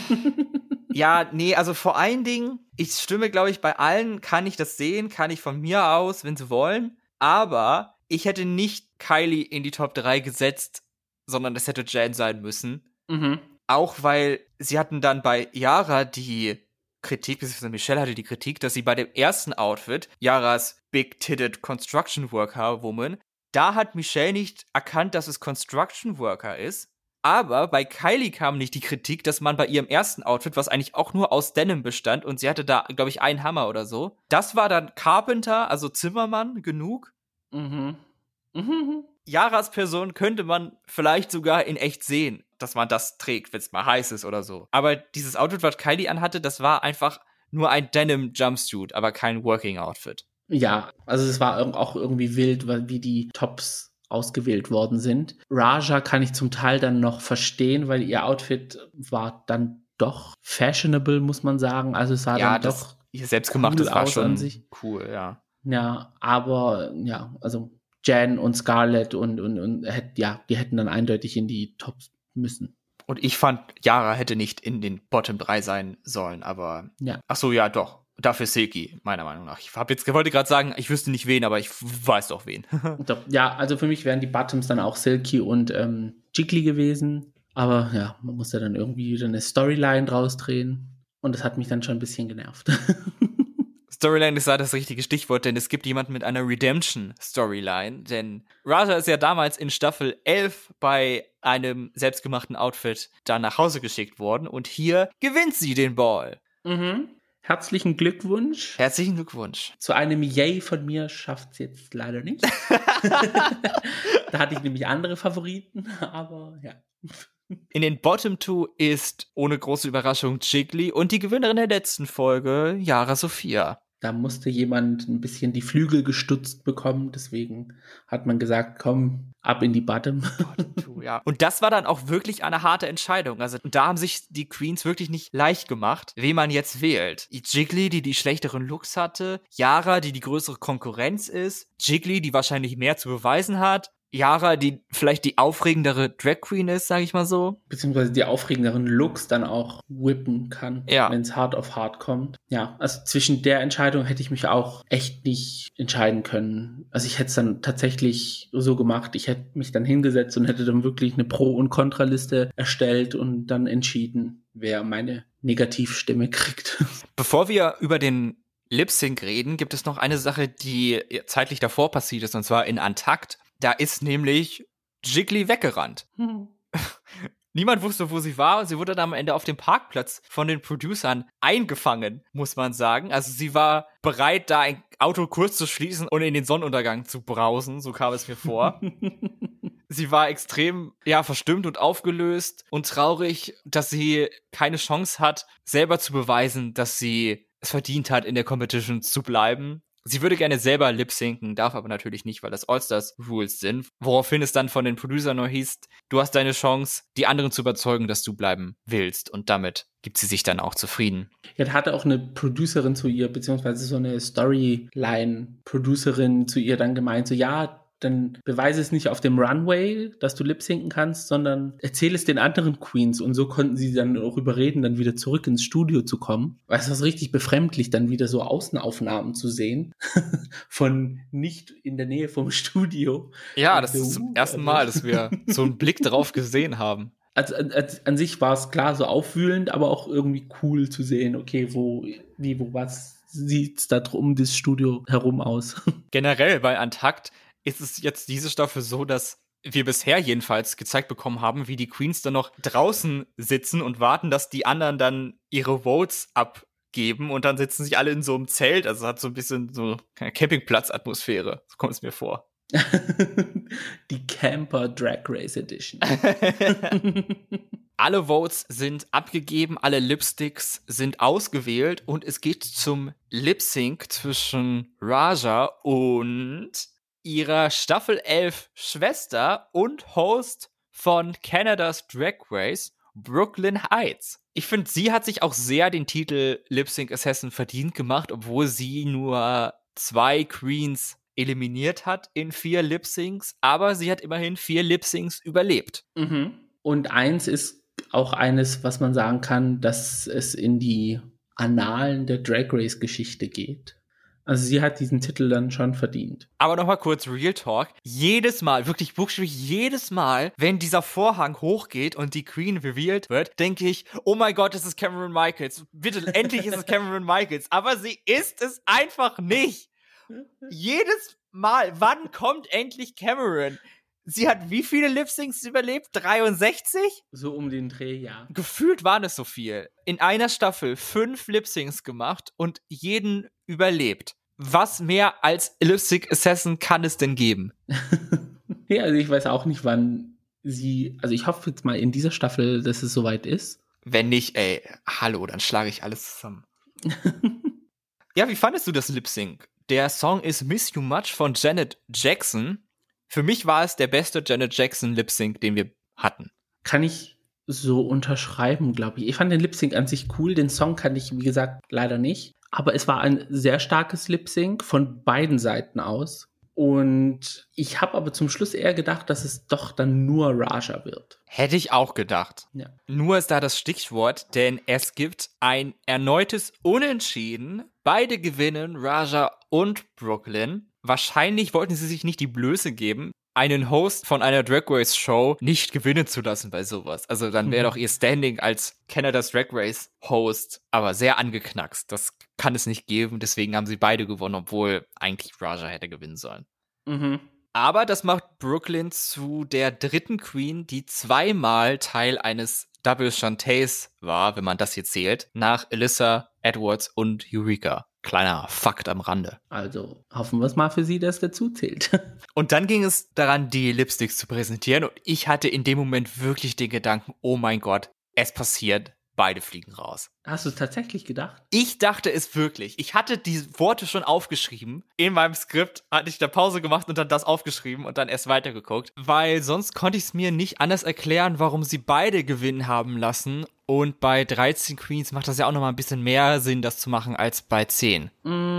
Ja, nee, also vor allen Dingen, ich stimme, glaube ich, bei allen kann ich das sehen, kann ich von mir aus, wenn sie wollen. Aber ich hätte nicht Kylie in die Top drei gesetzt, sondern das hätte Jan sein müssen. Mhm. Auch weil sie hatten dann bei Yara die Kritik, beziehungsweise Michelle hatte die Kritik, dass sie bei dem ersten Outfit, Yaras Big-Titted Construction Worker Woman, da hat Michelle nicht erkannt, dass es Construction Worker ist. Aber bei Kylie kam nicht die Kritik, dass man bei ihrem ersten Outfit, was eigentlich auch nur aus Denim bestand, und sie hatte da, glaube ich, einen Hammer oder so, das war dann Carpenter, also Zimmermann, genug. Mhm. Mhm. Yaras Person könnte man vielleicht sogar in echt sehen, dass man das trägt, wenn es mal heiß ist oder so. Aber dieses Outfit, was Kylie anhatte, das war einfach nur ein Denim-Jumpsuit, aber kein Working-Outfit. Ja, also es war auch irgendwie wild, wie die Tops ausgewählt worden sind. Raja kann ich zum Teil dann noch verstehen, weil ihr Outfit war dann doch fashionable, muss man sagen. Also es sah ja, dann das, doch ihr selbstgemachtes cool war aus schon an sich. Cool, ja. Ja, aber ja, also Jan und Scarlett und, und, und ja, die hätten dann eindeutig in die Tops müssen. Und ich fand, Yara hätte nicht in den Bottom drei sein sollen, aber ja. Ach so, ja, doch. Dafür Silky, meiner Meinung nach. Ich hab jetzt, wollte gerade sagen, ich wüsste nicht wen, aber ich weiß doch wen. Doch, ja, also für mich wären die Bottoms dann auch Silky und ähm, Jiggly gewesen. Aber ja, man muss ja dann irgendwie wieder eine Storyline draus drehen. Und das hat mich dann schon ein bisschen genervt. Storyline ist da das richtige Stichwort, denn es gibt jemanden mit einer Redemption-Storyline. Denn Raja ist ja damals in Staffel elf bei einem selbstgemachten Outfit da nach Hause geschickt worden. Und hier gewinnt sie den Ball. Mhm. Herzlichen Glückwunsch. Herzlichen Glückwunsch. Zu einem Yay von mir schafft es jetzt leider nicht. Da hatte ich nämlich andere Favoriten, aber ja. In den Bottom Two ist ohne große Überraschung Jiggly und die Gewinnerin der letzten Folge, Yara Sofia. Da musste jemand ein bisschen die Flügel gestutzt bekommen, deswegen hat man gesagt, komm, ab in die Bottom. Bottom two, ja. Und das war dann auch wirklich eine harte Entscheidung. Also da haben sich die Queens wirklich nicht leicht gemacht, wen man jetzt wählt. Jiggly, die die schlechteren Looks hatte, Yara, die die größere Konkurrenz ist, Jiggly, die wahrscheinlich mehr zu beweisen hat, Yara, die vielleicht die aufregendere Drag Queen ist, sage ich mal so. Beziehungsweise die aufregenderen Looks dann auch whippen kann, ja. wenn es hart auf hart kommt. Ja, also zwischen der Entscheidung hätte ich mich auch echt nicht entscheiden können. Also ich hätte es dann tatsächlich so gemacht, ich hätte mich dann hingesetzt und hätte dann wirklich eine Pro- und Kontraliste erstellt und dann entschieden, wer meine Negativstimme kriegt. Bevor wir über den Lip-Sync reden, gibt es noch eine Sache, die zeitlich davor passiert ist, und zwar in Untakt. Da ist nämlich Jiggly weggerannt. Hm. Niemand wusste, wo sie war, und sie wurde dann am Ende auf dem Parkplatz von den Producern eingefangen, muss man sagen. Also sie war bereit, da ein Auto kurz zu schließen und in den Sonnenuntergang zu brausen, so kam es mir vor. Sie war extrem, ja, verstimmt und aufgelöst und traurig, dass sie keine Chance hat, selber zu beweisen, dass sie es verdient hat, in der Competition zu bleiben. Sie würde gerne selber lip-synken, darf aber natürlich nicht, weil das All-Stars-Rules sind. Woraufhin es dann von den Producern nur hieß, du hast deine Chance, die anderen zu überzeugen, dass du bleiben willst. Und damit gibt sie sich dann auch zufrieden. Ja, da hatte auch eine Producerin zu ihr, beziehungsweise so eine Storyline-Producerin zu ihr dann gemeint, so ja, dann beweise es nicht auf dem Runway, dass du lip-synken kannst, sondern erzähle es den anderen Queens. Und so konnten sie dann auch überreden, dann wieder zurück ins Studio zu kommen. Weil es war richtig befremdlich, dann wieder so Außenaufnahmen zu sehen von nicht in der Nähe vom Studio. Ja, das ist zum ersten Mal, dass wir so einen Blick drauf gesehen haben. Also an, an sich war es klar so aufwühlend, aber auch irgendwie cool zu sehen, okay, wo, wie, wo, was sieht's da um das Studio herum aus? Generell bei Untakt ist es jetzt diese Staffel so, dass wir bisher jedenfalls gezeigt bekommen haben, wie die Queens dann noch draußen sitzen und warten, dass die anderen dann ihre Votes abgeben, und dann sitzen sich alle in so einem Zelt. Also es hat so ein bisschen so eine Campingplatz-Atmosphäre. So kommt es mir vor. Die Camper Drag Race Edition. Alle Votes sind abgegeben, alle Lipsticks sind ausgewählt, und es geht zum Lip-Sync zwischen Raja und ihrer Staffel elf Schwester und Host von Canada's Drag Race, Brooklyn Heights. Ich finde, sie hat sich auch sehr den Titel Lip-Sync Assassin verdient gemacht, obwohl sie nur zwei Queens eliminiert hat in vier Lip-Syncs, aber sie hat immerhin vier Lip-Syncs überlebt. Mhm. Und eins ist auch eines, was man sagen kann, dass es in die Annalen der Drag Race Geschichte geht. Also sie hat diesen Titel dann schon verdient. Aber nochmal kurz Real Talk. Jedes Mal, wirklich buchstäblich jedes Mal, wenn dieser Vorhang hochgeht und die Queen revealed wird, denke ich, oh mein Gott, es ist Cameron Michaels. Bitte, endlich ist es Cameron Michaels. Aber sie ist es einfach nicht. Jedes Mal, wann kommt endlich Cameron? Sie hat wie viele Lip-Syncs überlebt? dreiundsechzig? So um den Dreh, ja. Gefühlt waren es so viel. In einer Staffel fünf Lip-Syncs gemacht und jeden überlebt. Was mehr als Lip-Sync Assassin kann es denn geben? Ja, also ich weiß auch nicht, wann sie, also ich hoffe jetzt mal in dieser Staffel, dass es soweit ist. Wenn nicht, ey, hallo, dann schlage ich alles zusammen. Ja, wie fandest du das Lip-Sync? Der Song ist Miss You Much von Janet Jackson. Für mich war es der beste Janet Jackson Lip-Sync, den wir hatten. Kann ich so unterschreiben, glaube ich. Ich fand den Lip-Sync an sich cool. Den Song kannte ich, wie gesagt, leider nicht. Aber es war ein sehr starkes Lip-Sync von beiden Seiten aus. Und ich habe aber zum Schluss eher gedacht, dass es doch dann nur Raja wird. Hätte ich auch gedacht. Ja. Nur ist da das Stichwort, denn es gibt ein erneutes Unentschieden. Beide gewinnen, Raja und Brooklyn. Wahrscheinlich wollten sie sich nicht die Blöße geben, einen Host von einer Drag Race Show nicht gewinnen zu lassen bei sowas. Also dann wäre doch ihr Standing als Canada's Drag Race Host aber sehr angeknackst. Das kann es nicht geben, deswegen haben sie beide gewonnen, obwohl eigentlich Raja hätte gewinnen sollen. Mhm. Aber das macht Brooklyn zu der dritten Queen, die zweimal Teil eines Double Shantays war, wenn man das hier zählt, nach Alyssa, Edwards und Eureka. Kleiner Fakt am Rande. Also hoffen wir es mal für sie, dass dazu zählt. Und dann ging es daran, die Lipsticks zu präsentieren. Und ich hatte in dem Moment wirklich den Gedanken, oh mein Gott, es passiert. Beide fliegen raus. Hast du es tatsächlich gedacht? Ich dachte es wirklich. Ich hatte die Worte schon aufgeschrieben. In meinem Skript hatte ich da Pause gemacht und dann das aufgeschrieben und dann erst weitergeguckt. Weil sonst konnte ich es mir nicht anders erklären, warum sie beide gewinnen haben lassen. Und bei dreizehn Queens macht das ja auch nochmal ein bisschen mehr Sinn, das zu machen, als bei zehn. Mm,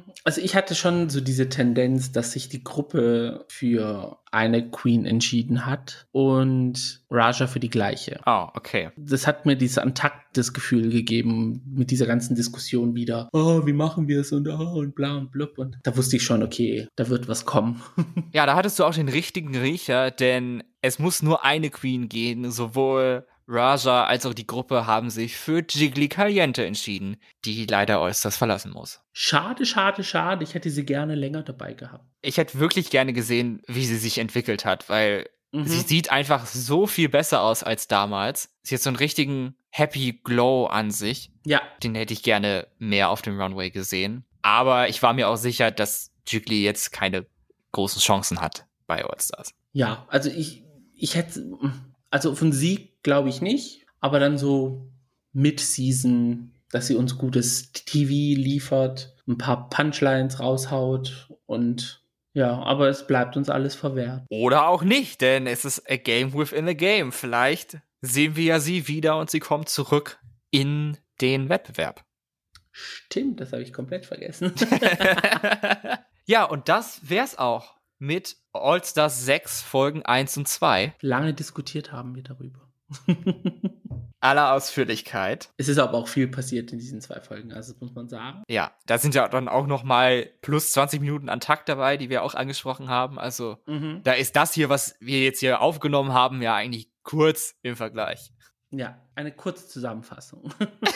Also ich hatte schon so diese Tendenz, dass sich die Gruppe für eine Queen entschieden hat und Raja für die gleiche. Oh, okay. Das hat mir dieses antaktes Gefühl gegeben mit dieser ganzen Diskussion wieder. Oh, wie machen wir es und oh, und bla und blub. Und da wusste ich schon, okay, da wird was kommen. Ja, da hattest du auch den richtigen Riecher, denn es muss nur eine Queen gehen. Sowohl Raja als auch die Gruppe haben sich für Jiggly Caliente entschieden, die leider Allstars verlassen muss. Schade, schade, schade. Ich hätte sie gerne länger dabei gehabt. Ich hätte wirklich gerne gesehen, wie sie sich entwickelt hat, weil Mhm. sie sieht einfach so viel besser aus als damals. Sie hat so einen richtigen Happy Glow an sich. Ja. Den hätte ich gerne mehr auf dem Runway gesehen. Aber ich war mir auch sicher, dass Jiggly jetzt keine großen Chancen hat bei Allstars. Ja, also ich, ich hätte, also von Sieg glaube ich nicht, aber dann so Mid-Season, dass sie uns gutes T V liefert, ein paar Punchlines raushaut und ja, aber es bleibt uns alles verwehrt. Oder auch nicht, denn es ist a game within a game. Vielleicht sehen wir ja sie wieder und sie kommt zurück in den Wettbewerb. Stimmt, das habe ich komplett vergessen. Ja, und das wär's auch mit All-Stars sechs Folgen eins und zwei. Lange diskutiert haben wir darüber. Aller Ausführlichkeit. Es ist aber auch viel passiert in diesen zwei Folgen, also das muss man sagen. Ja, da sind ja dann auch noch mal plus zwanzig Minuten an Takt dabei, die wir auch angesprochen haben. Also Mhm. da ist das hier, was wir jetzt hier aufgenommen haben, ja eigentlich kurz im Vergleich. Ja, eine kurze Zusammenfassung.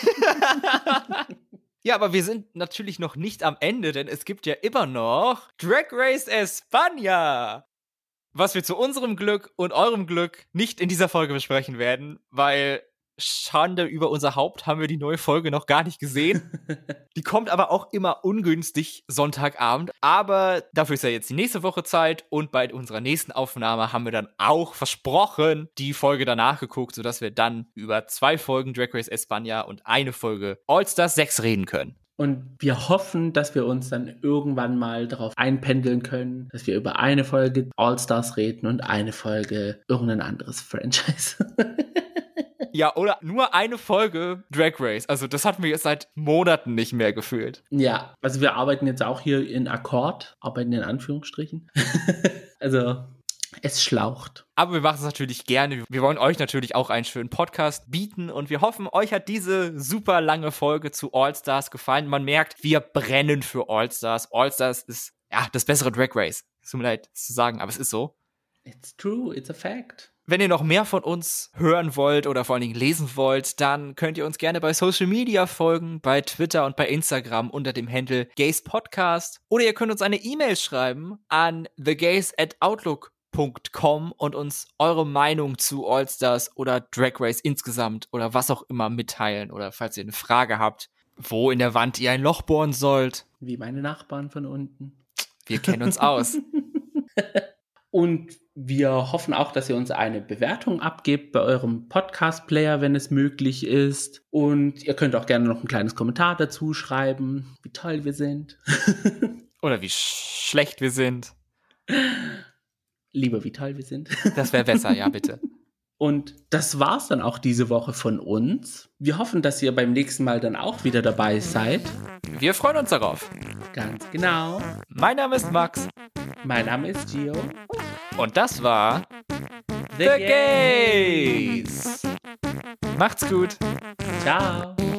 Ja, aber wir sind natürlich noch nicht am Ende, denn es gibt ja immer noch Drag Race España, was wir zu unserem Glück und eurem Glück nicht in dieser Folge besprechen werden, weil Schande über unser Haupt haben wir die neue Folge noch gar nicht gesehen. Die kommt aber auch immer ungünstig Sonntagabend. Aber dafür ist ja jetzt die nächste Woche Zeit und bei unserer nächsten Aufnahme haben wir dann auch versprochen die Folge danach geguckt, sodass wir dann über zwei Folgen Drag Race España und eine Folge All-Stars sechs reden können. Und wir hoffen, dass wir uns dann irgendwann mal darauf einpendeln können, dass wir über eine Folge All-Stars reden und eine Folge irgendein anderes Franchise. Ja, oder nur eine Folge Drag Race. Also das hatten wir jetzt seit Monaten nicht mehr gefühlt. Ja, also wir arbeiten jetzt auch hier in Akkord, arbeiten in Anführungsstrichen. Also es schlaucht. Aber wir machen es natürlich gerne. Wir wollen euch natürlich auch einen schönen Podcast bieten und wir hoffen, euch hat diese super lange Folge zu All-Stars gefallen. Man merkt, wir brennen für All-Stars. All-Stars ist ja das bessere Drag Race. Tut mir leid, das zu sagen, aber es ist so. It's true, it's a fact. Wenn ihr noch mehr von uns hören wollt oder vor allen Dingen lesen wollt, dann könnt ihr uns gerne bei Social Media folgen, bei Twitter und bei Instagram unter dem Handle Gays Podcast. Oder ihr könnt uns eine E-Mail schreiben an thegays at outlook punkt com und uns eure Meinung zu All-Stars oder Drag Race insgesamt oder was auch immer mitteilen. Oder falls ihr eine Frage habt, wo in der Wand ihr ein Loch bohren sollt. Wie meine Nachbarn von unten. Wir kennen uns aus. Und wir hoffen auch, dass ihr uns eine Bewertung abgebt bei eurem Podcast-Player, wenn es möglich ist. Und ihr könnt auch gerne noch ein kleines Kommentar dazu schreiben, wie toll wir sind. Oder wie schlecht wir sind. Lieber, wie toll wir sind. Das wäre besser, ja, bitte. Und das war's dann auch diese Woche von uns. Wir hoffen, dass ihr beim nächsten Mal dann auch wieder dabei seid. Wir freuen uns darauf. Ganz genau. Mein Name ist Max. Mein Name ist Gio. Und das war The The Gays. Macht's gut. Ciao.